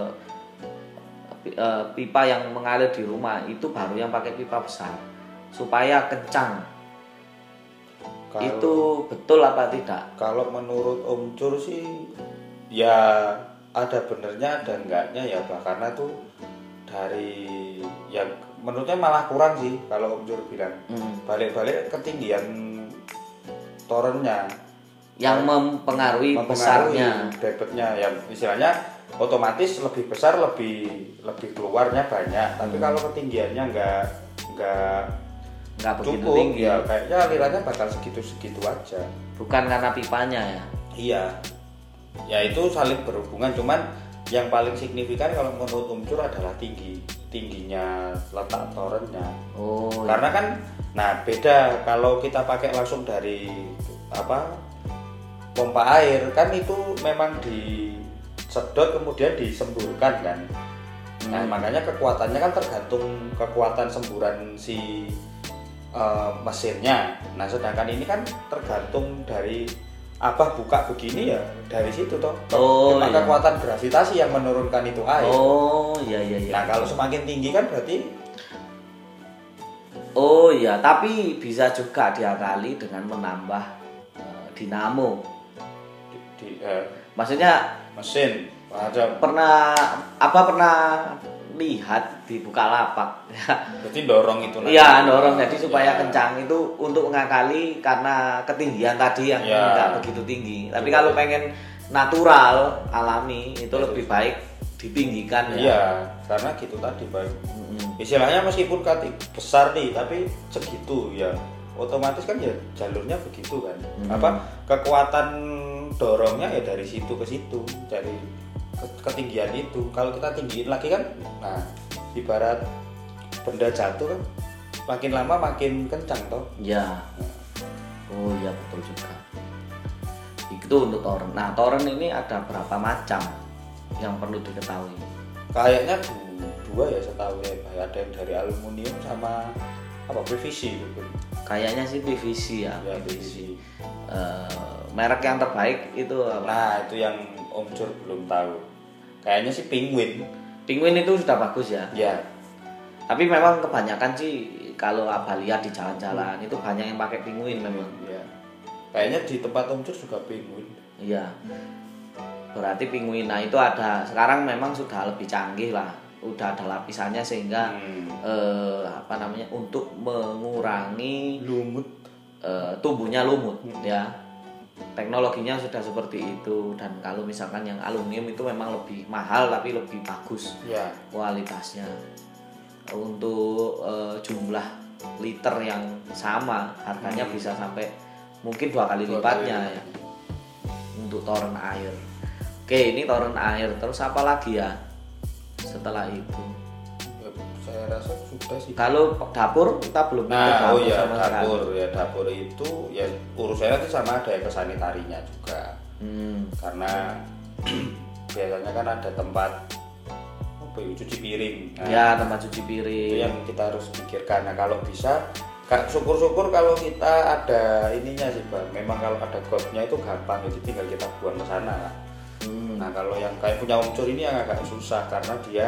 eh, pipa yang mengalir di rumah itu baru yang pakai pipa besar supaya kencang. Kalau- Itu betul apa tidak? Kalau menurut Om Cur sih ya ada benernya ada enggaknya ya, Pak. Karena tuh dari yang menurutnya malah kurang sih kalau Om Cur bilang. Hmm. Balik-balik ketinggian torennya Yang mempengaruhi, mempengaruhi besarnya. debitnya ya, istilahnya otomatis lebih besar lebih lebih keluarnya banyak. Tapi Hmm. kalau ketinggiannya enggak enggak Nggak begitu cukup tinggi. ya kayaknya alirannya bakal segitu-segitu aja. Bukan karena pipanya ya. Iya, ya itu saling berhubungan. Cuman yang paling signifikan kalau menurut Om Cur adalah tinggi tingginya letak torennya. Oh. Karena kan, nah beda kalau kita pakai langsung dari apa pompa air kan itu memang disedot kemudian disemburkan kan. Nah Hmm. makanya kekuatannya kan tergantung kekuatan semburan si eh, mesinnya. Nah sedangkan ini kan tergantung dari Abah buka begini ya dari situ toh. Oh, Cuma iya. kekuatan gravitasi yang menurunkan itu air. Oh, iya iya iya. Nah kalau semakin tinggi kan berarti Oh iya, tapi bisa juga diakali dengan menambah eh, dinamo. Di, di eh, Maksudnya mesin. Ada. Pernah apa pernah lihat di Bukalapak? Berarti dorong itu nanti. Iya, dorong jadi supaya Ya. kencang itu untuk mengakali karena ketinggian tadi yang Ya. enggak begitu tinggi. Tapi Coba. kalau pengen natural, alami itu Ya, lebih baik ditinggikan ya. Iya, karena gitu tadi Pak. Mm-mm. Istilahnya meskipun kati besar nih, tapi segitu ya. Otomatis kan ya jalurnya begitu kan. Hmm. Apa kekuatan dorongnya ya dari situ ke situ, dari ke- ketinggian itu. Kalau kita tinggiin lagi kan, nah ibarat benda jatuh kan, makin lama makin kencang toh. Ya. Oh iya betul juga. Itu untuk toren. Nah, toren ini ada berapa macam yang perlu diketahui? Kayaknya du- dua ya setahu ya, Pak. Ada yang dari aluminium sama apa P V C gitu. Kayaknya sih P V C ya. Ya, P V C. P V C. Eh, merek yang terbaik itu apa? Nah itu yang Om Cur belum tahu. Kayaknya sih penguin. Penguin itu sudah bagus ya. Ya. Tapi memang kebanyakan sih kalau abah lihat di jalan-jalan itu banyak yang pakai penguin memang. Ya. Kayaknya di tempat Om Cur juga penguin. Iya. Berarti penguin. Nah, itu ada sekarang memang sudah lebih canggih lah. Udah ada lapisannya sehingga Hmm. eh, apa namanya untuk mengurangi Lumut. eh, tumbuhnya lumut ya. Teknologinya sudah seperti itu dan kalau misalkan yang aluminium itu memang lebih mahal tapi lebih bagus Ya. kualitasnya. Untuk eh, jumlah liter yang sama harganya Hmm. bisa sampai mungkin dua kali Dua lipatnya kali. ya untuk toren air. Oke, ini toren air. Terus apa lagi ya setelah itu? Ya, saya rasa sudah sih. Kalau dapur kita belum ikut Nah, oh ya sama sekali. dapur ya dapur itu ya urusannya itu sama ada yang ke sanitarinya juga. Hmm. Karena biasanya kan ada tempat apa ya, cuci piring. Nah, Ya, tempat cuci itu piring. yang kita harus pikirkan. Nah kalau bisa Kak, syukur-syukur kalau kita ada ininya sih Bang. Memang kalau ada gotnya itu gampang, jadi tinggal kita buang ke sana. Hmm. Nah kalau yang kayak punya Om Cur ini yang agak susah karena dia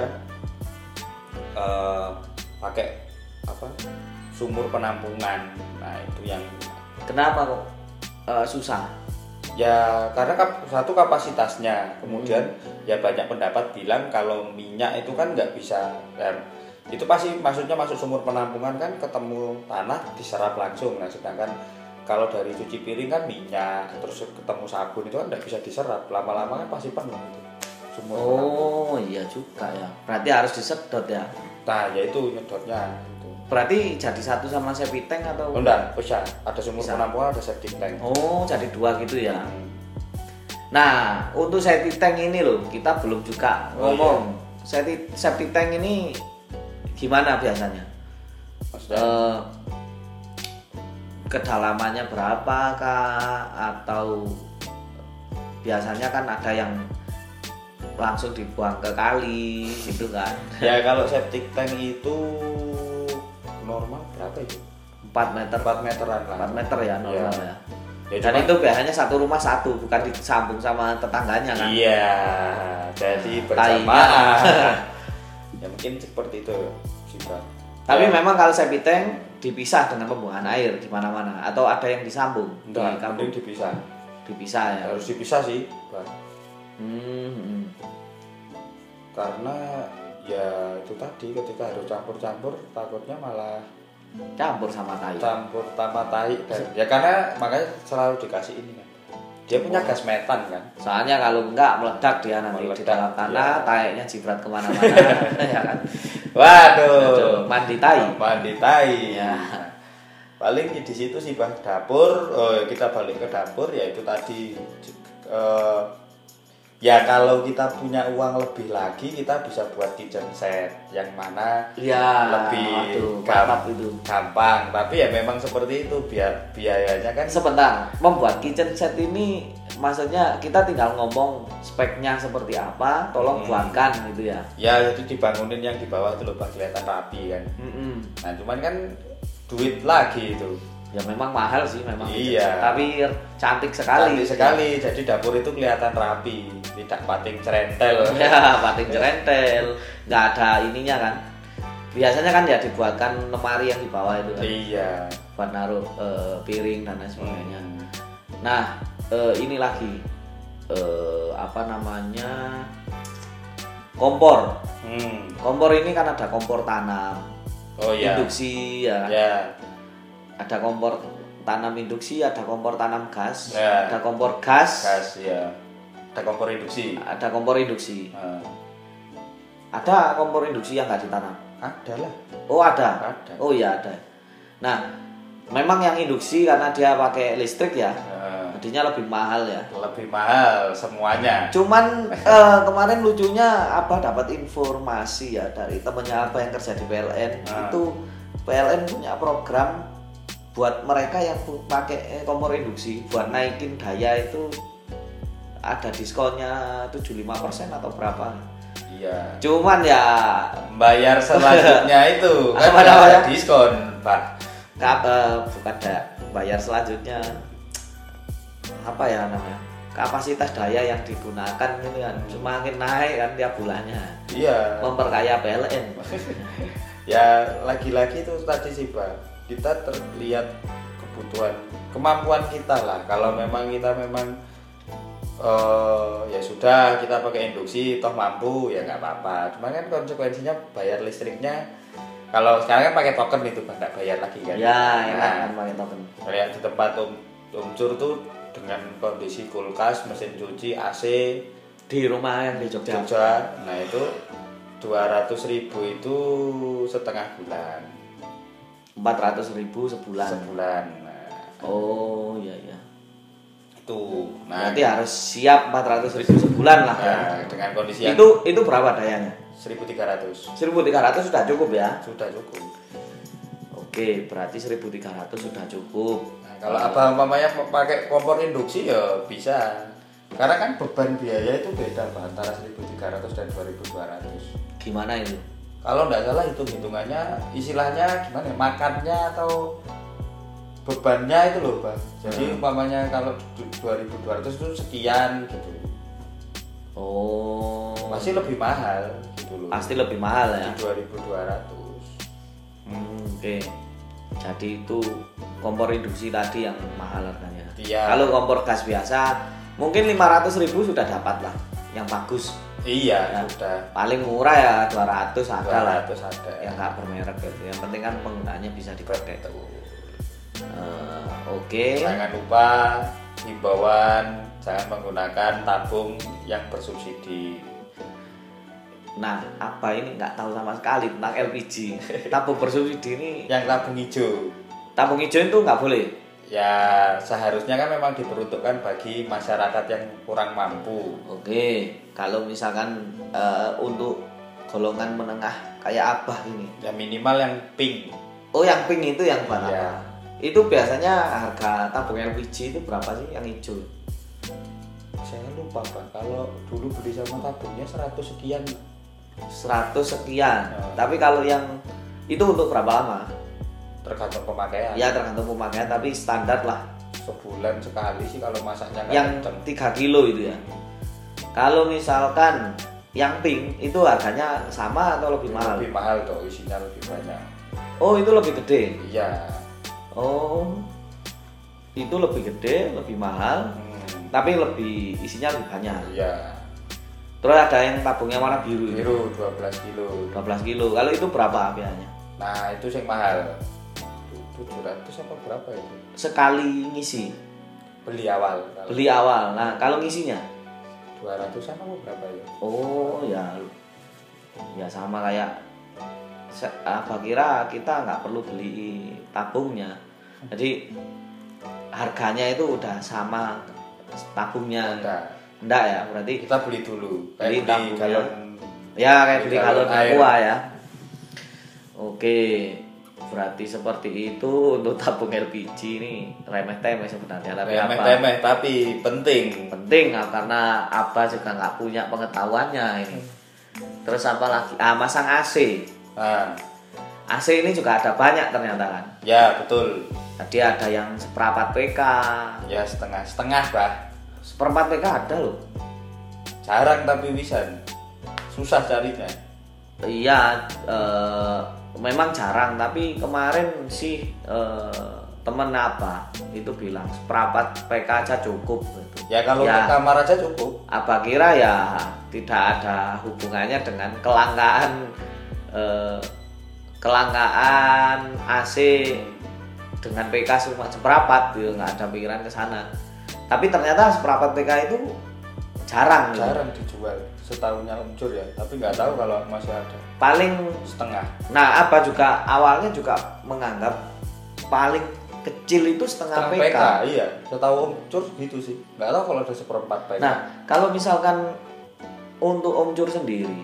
eh, pakai apa sumur penampungan. Nah itu yang Kenapa kok eh, susah? ya karena kap, satu kapasitasnya, kemudian Hmm. ya banyak pendapat bilang kalau minyak itu kan nggak bisa kan, itu pasti maksudnya masuk sumur penampungan kan ketemu tanah diserap langsung. Nah sedangkan kalau dari cuci piring kan minyak terus ketemu sabun itu kan nggak bisa diserap, lama-lama kan pasti penuh itu sumur penampungan. Oh, iya juga ya. Berarti harus disedot ya. Nah ya itu nyedotnya itu. Berarti jadi satu sama septic tank atau? Oh, enggak, bisa ada sumur Bisa. penampungan ada septic tank. Oh, jadi dua gitu ya. Hmm. Nah, untuk septic tank ini loh, kita belum juga Oh, ngomong. Septic, septic tank ini gimana biasanya? Maksudnya Eh, kedalamannya berapa kah? Atau biasanya kan ada yang langsung dibuang ke kali gitu kan? ya kalau septic tank itu normal berapa itu? empat meter, empat meteran lah. empat meter ya normal ya. Ya, Dan cuma- itu biasanya satu rumah satu, bukan disambung sama tetangganya kan? Iya, jadi Tainya. bersamaan. Ya mungkin seperti itu sih Bang. Tapi Ya, memang kalau septic tank dipisah dengan pembuangan air di mana-mana atau ada yang disambung enggak, di kampung mending dipisah. dipisah ya. Harus dipisah sih, Bang. Hmm, hmm. Karena ya itu tadi ketika harus campur-campur takutnya malah Campur sama tai. campur tambah tai dan ya karena makanya selalu dikasih ini kan. Dia punya gas metan kan. Soalnya kalau enggak meledak dia nanti di Meledak, dalam tanah, iya. tainya jibrat kemana-mana, ya kan? Waduh, Mandi tai. mandi tai. Ya. Paling di situ sih Bang dapur. Oh, kita balik ke dapur ya itu tadi. Eh, ya kalau kita punya uang lebih lagi kita bisa buat kitchen set yang mana Ya, lebih waduh, gam- mantap itu. gampang. Tapi ya memang seperti itu biar biayanya kan. Sebentar, membuat kitchen set ini maksudnya kita tinggal ngomong speknya seperti apa, tolong Hmm. buatkan gitu ya. Ya jadi dibangunin yang di bawah itu loh Bang, kelihatan rapi kan. Mm-mm. Nah cuman kan duit lagi itu. Ya memang mahal sih memang. Iya. kitchen set, tapi cantik sekali. Cantik sekali. Jadi dapur itu kelihatan rapi, tidak pating cerentel. Ya, pating cerentel, nggak ada ininya kan. Biasanya kan ya dibuatkan lemari yang di bawah itu kan, Iya. buat naruh eh, piring dan lain sebagainya. Nah, eh, ini lagi eh, apa namanya kompor. Hmm. Kompor ini kan ada kompor tanam, Oh iya. induksi ya. Ya. Ada kompor tanam induksi, ada kompor tanam gas, Ya. ada kompor gas, Gas ya. Ada kompor induksi. ada kompor induksi. Nah, Ada kompor induksi yang nggak ditanam. ada lah. Oh ada. Ada. Oh iya ada. Nah, memang yang induksi karena dia pakai listrik ya, Nah, jadinya lebih mahal ya. lebih mahal semuanya. Cuman eh, kemarin lucunya apa dapat informasi ya dari temennya apa yang kerja di P L N. Ah. Itu P L N punya program buat mereka yang pu- pakai eh, kompor induksi buat naikin daya itu ada diskonnya tujuh puluh lima persen atau berapa. Iya. Cuman ya Bayar selanjutnya itu kan Apa nggak namanya? ada diskon, Pak. kap, eh, bukan ada bayar selanjutnya apa ya namanya kapasitas daya yang digunakan itu kan semakin naik kan tiap bulannya, Iya. memperkaya P L N. Ya lagi-lagi itu tadi sih Pak, kita terlihat kebutuhan kemampuan kita lah. Kalau memang kita memang eh, ya sudah kita pakai induksi toh mampu ya nggak apa-apa. Cuma kan konsekuensinya bayar listriknya kalau sekarang kan pakai token itu Pak, nggak bayar lagi kan. Ya enak Nah, kan pakai token. kayak di tempat Om Om Cur tuh dengan kondisi kulkas, mesin cuci, A C Di rumah yang di Jogja, Jogja, nah itu dua ratus ribu itu setengah bulan empat ratus ribu sebulan. sebulan. Nah, Oh iya iya. itu nah Berarti harus siap empat ratus ribu sebulan lah ya. nah, dengan kondisi yang Itu itu berapa dayanya? seribu tiga ratus seribu tiga ratus sudah cukup ya. sudah cukup. Oke, berarti seribu tiga ratus sudah cukup. Nah, kalau abang mamanya pakai kompor induksi ya bisa, karena kan beban biaya itu beda Pak, antara seribu tiga ratus dan dua ribu dua ratus. Gimana itu? Kalau nggak salah hitung hitungannya istilahnya gimana ya, makannya atau bebannya itu loh Pak. Jadi Hmm. umpamanya kalau dua ribu dua ratus itu sekian gitu, Oh. pasti lebih mahal gitu loh. Pasti lebih mahal ya. Di dua ribu dua ratus. Hmm, oke. Jadi itu kompor induksi tadi yang mahal harganya. Iya. Kalau kompor gas biasa mungkin lima ratus ribu sudah dapat lah yang bagus. Iya, Ya. sudah Paling murah ya dua ratus ada dua lah. ratus ada. Yang nggak bermerek gitu. Yang penting kan penggunaannya bisa dipakai. Betul. Eh, Oke. Jangan lupa himbauan jangan menggunakan tabung yang bersubsidi. Nah, apa ini nggak tahu sama sekali tentang L P G. Tabung bersubsidi ini, Yang tabung hijau. tabung hijau itu nggak boleh. Ya seharusnya kan memang diperuntukkan bagi masyarakat yang kurang mampu. Oke, kalau misalkan eh, untuk golongan menengah kayak Abah ini. Ya minimal yang pink. Oh, yang pink itu yang buat Ya. apa? Itu biasanya harga tabung L P G itu berapa sih yang hijau? Saya lupa Pak, kalau dulu beli sama tabungnya seratus sekian. seratus sekian. Ya. Tapi kalau yang itu untuk berapa lama? Tergantung pemakaian. Ya tergantung pemakaian, tapi standar lah. Sebulan sekali sih kalau masaknya nggak Yang kenceng. tiga kilo itu ya. Kalau misalkan yang pink itu harganya sama atau lebih mahal? Lebih mahal tuh, isinya lebih banyak. Oh, itu lebih gede. Iya. Oh, itu lebih gede, lebih mahal, Hmm, tapi lebih isinya lebih banyak. iya. Terus ada yang tabungnya warna biru, itu, Biru dua belas kilo. dua belas kilo. Kalau itu berapa biayanya? Nah, itu yang mahal. tujuh ratus apa berapa itu? Sekali ngisi, Beli awal. Kalau beli awal. Nah, kalau ngisinya? dua ratusan apa berapa ya? Oh, ya, ya sama kayak se- apa kira kita nggak perlu beli tabungnya. Jadi harganya itu udah sama tabungnya. Udah. Enggak ya, berarti Kita beli dulu. Kayak Beli beli tabungnya. galon. ya kayak beli Beli galon galon air. aqua ya. Oke, berarti seperti itu untuk tabung L P G ini remeh-temeh sebenarnya, tapi apa Temeh-temeh tapi penting. penting ah, karena Abah juga nggak punya pengetahuannya ini. Terus apa lagi? Ah, masang A C. Nah, A C ini juga ada banyak ternyata kan. ya betul. Tadi ada yang seperempat P K, Ya setengah-setengah, Bah. seperempat P K ada loh. Jarang tapi bisa. Susah carinya. Iya, eh, memang jarang, tapi kemarin sih eh, temen apa itu bilang seperempat P K aja cukup gitu. Ya kalau Ya. ke kamar aja cukup. Apa kira ya tidak ada hubungannya dengan kelangkaan eh, kelangkaan A C dengan P K cuma seperempat gitu, nggak ada pikiran ke sana. Tapi ternyata seperempat P K itu jarang gitu. Jarang dijual setahunnya Om Jur ya, tapi nggak tahu kalau masih ada. Paling Setengah. nah apa juga awalnya juga menganggap paling kecil itu setengah, Setengah P K. P K, iya. Setahu Om Jur gitu sih. Nggak tahu kalau ada seperempat P K. Nah, kalau misalkan untuk Om Jur sendiri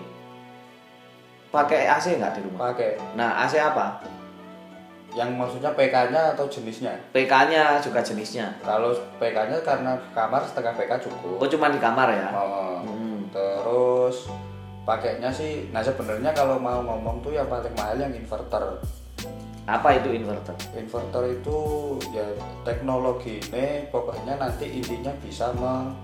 pakai A C nggak di rumah? Pakai. Nah, A C apa? Yang maksudnya P K-nya atau jenisnya? P K-nya juga jenisnya. Kalau P K-nya karena kamar setengah P K cukup. Oh, cuma di kamar ya? Oh. Hmm. Terus pakainya sih, nah sebenarnya kalau mau ngomong tuh yang paling mahal yang inverter. Apa itu inverter? Inverter itu ya teknologi ini pokoknya nanti intinya bisa me-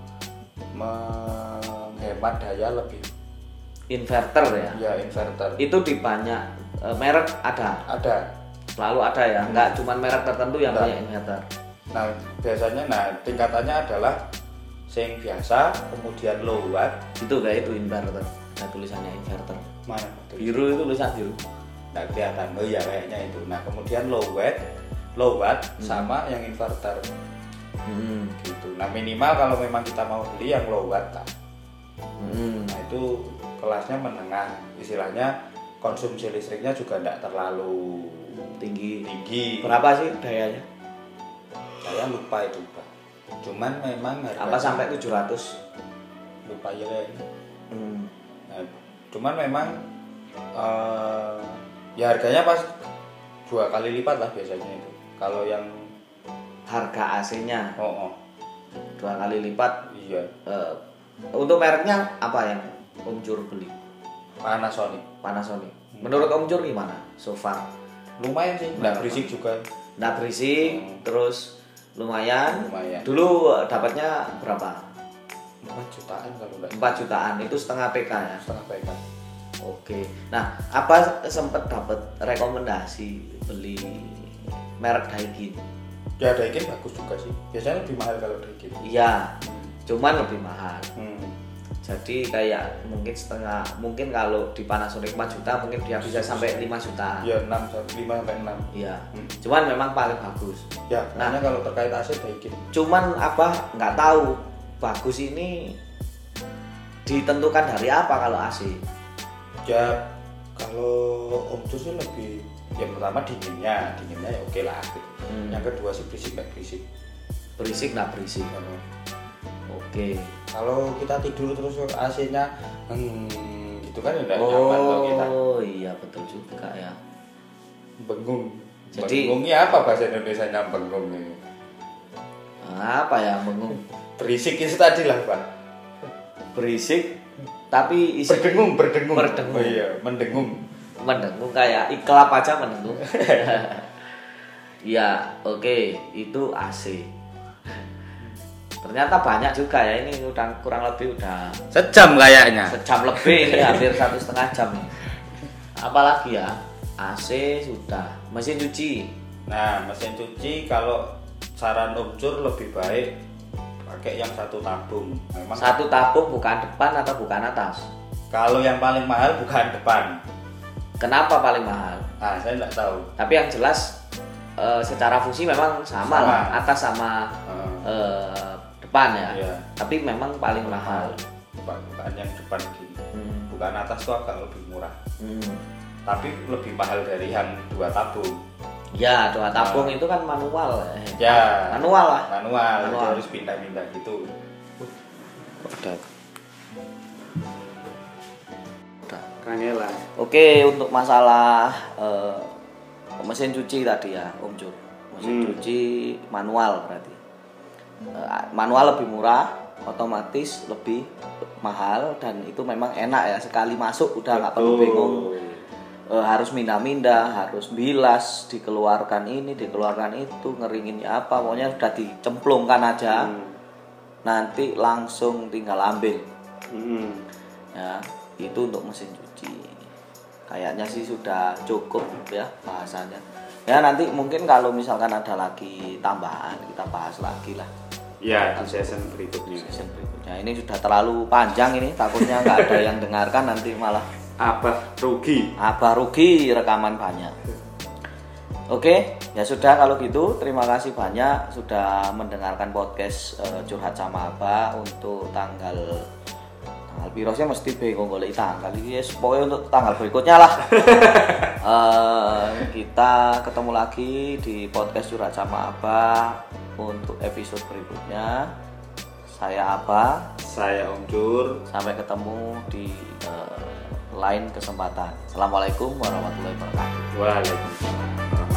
menghemat daya lebih. Inverter ya? Ya inverter. Itu di banyak eh, merek ada? Ada. Selalu ada ya? Nggak cuma merek tertentu yang Nggak. punya inverter? Nah biasanya, nah tingkatannya adalah sing biasa, kemudian low watt. Itu kayak itu inverter. Ada tulisannya inverter. Mana? Biru itu tulisan biru. Nggak kelihatan, oh ya kayaknya itu. Nah kemudian low watt, low watt Hmm. sama yang inverter Hmm. gitu. Nah minimal kalau memang kita mau beli yang low watt lah. Hmm. Nah itu kelasnya menengah, istilahnya konsumsi listriknya juga tidak terlalu Tinggi. tinggi. Berapa sih dayanya? Saya lupa itu Pak. Cuman memang harganya Apa sampai tujuh ratus? lupa ya kayaknya. Hmm. Nah, cuman memang eh, ya harganya pas dua kali lipat lah biasanya itu. Kalau yang Harga A C-nya oh, oh dua kali lipat. iya Eh, untuk mereknya apa yang Om Jur beli? Panasonic Panasonic. Menurut Om Jur gimana? So far? lumayan sih, nggak berisik juga. Nggak berisik, Hmm. terus lumayan. Lumayan. Dulu eh, dapatnya berapa? empat jutaan kalau nggak empat jutaan. Itu setengah P K ya. setengah P K. Oke. Nah, apa sempat dapat rekomendasi beli merek Daikin? Ya Daikin bagus juga sih. Biasanya lebih mahal kalau Daikin. Iya, cuman lebih mahal. Hmm. Jadi kayak mungkin setengah, mungkin kalau di Panasonic empat juta mungkin dia bisa sampai lima juta. Ya enam, lima sampai enam. Iya. Hmm. Cuman memang paling bagus. Ya, Nah. makanya kalau terkait A C Daikin. Cuman apa nggak tahu bagus ini ditentukan dari apa kalau A C? Ya kalau Om Jur sih lebih, yang pertama dinginnya, dinginnya ya oke lah. Gitu. Hmm. Yang kedua sih berisik nggak berisik. Berisik nggak berisik? Hmm. Oke. Kalau kita tidur terus A C-nya hmm, gitu kan udah nyaman tuh kita. Oh iya betul juga ya. Bengung. Jadi- Bengungnya apa bahasa Indonesianya bengung ini? Apa ya mengung? Berisik itu tadi lah Pak. Berisik tapi isi Berdengung, berdengung. Berdengung. Oh iya, mendengung. mendengung kayak iklap aja mendengung. Ya oke itu A C. Ternyata banyak juga ya, ini udah kurang lebih udah Sejam kayaknya. sejam lebih ini, hampir satu setengah jam nih. Apalagi ya, A C sudah, mesin cuci. Nah, mesin cuci kalau saran Om Jur lebih baik pakai yang satu tabung. Memang Satu tabung bukan depan atau bukan atas? kalau yang paling mahal bukan depan. Kenapa paling mahal? Nah, saya nggak tahu. Tapi yang jelas eh, secara fungsi memang sama, Sama. lah, atas sama Eh, eh, depan ya. Iya. Tapi memang paling mahal. bukan, bukan yang depan gini. Hmm. Bukan atas tuh agak lebih murah. Hmm. Tapi lebih mahal dari yang dua tabung. Ya, dua tabung Nah. itu kan manual. Eh, Ya. Manual lah. Manual, Manual. itu harus pindah-pindah gitu. Udah. Udah. Kangelan. Oke, untuk masalah eh, mesin cuci tadi ya, Om Jur. Mesin Hmm. cuci manual berarti. Eh, manual lebih murah, otomatis lebih mahal dan itu memang enak ya, sekali masuk udah nggak perlu Betul. bingung. E, harus mindah-mindah, harus bilas, dikeluarkan ini, dikeluarkan itu, ngeringinnya apa, pokoknya sudah dicemplungkan aja. Hmm. Nanti langsung tinggal ambil. Hmm. Ya, itu untuk mesin cuci. Kayaknya sih sudah cukup ya bahasanya. Ya nanti mungkin kalau misalkan ada lagi tambahan kita bahas lagi lah. Ya di season berikutnya. Season berikutnya. Ini sudah terlalu panjang ini, takutnya nggak ada yang dengarkan nanti malah Abah rugi. Abah rugi rekaman banyak. Oke, ya sudah kalau gitu. Terima kasih banyak sudah mendengarkan podcast uh, Curhat sama Abah untuk tanggal tanggal pirosnya mesti bingung golek tanggal iki yes, pokoknya untuk tanggal berikutnya lah. uh, kita ketemu lagi di podcast Curhat sama Abah untuk episode berikutnya. Saya Abah, saya Om Jur. sampai ketemu di uh, lain kesempatan. Assalamualaikum warahmatullahi wabarakatuh. Waalaikumsalam.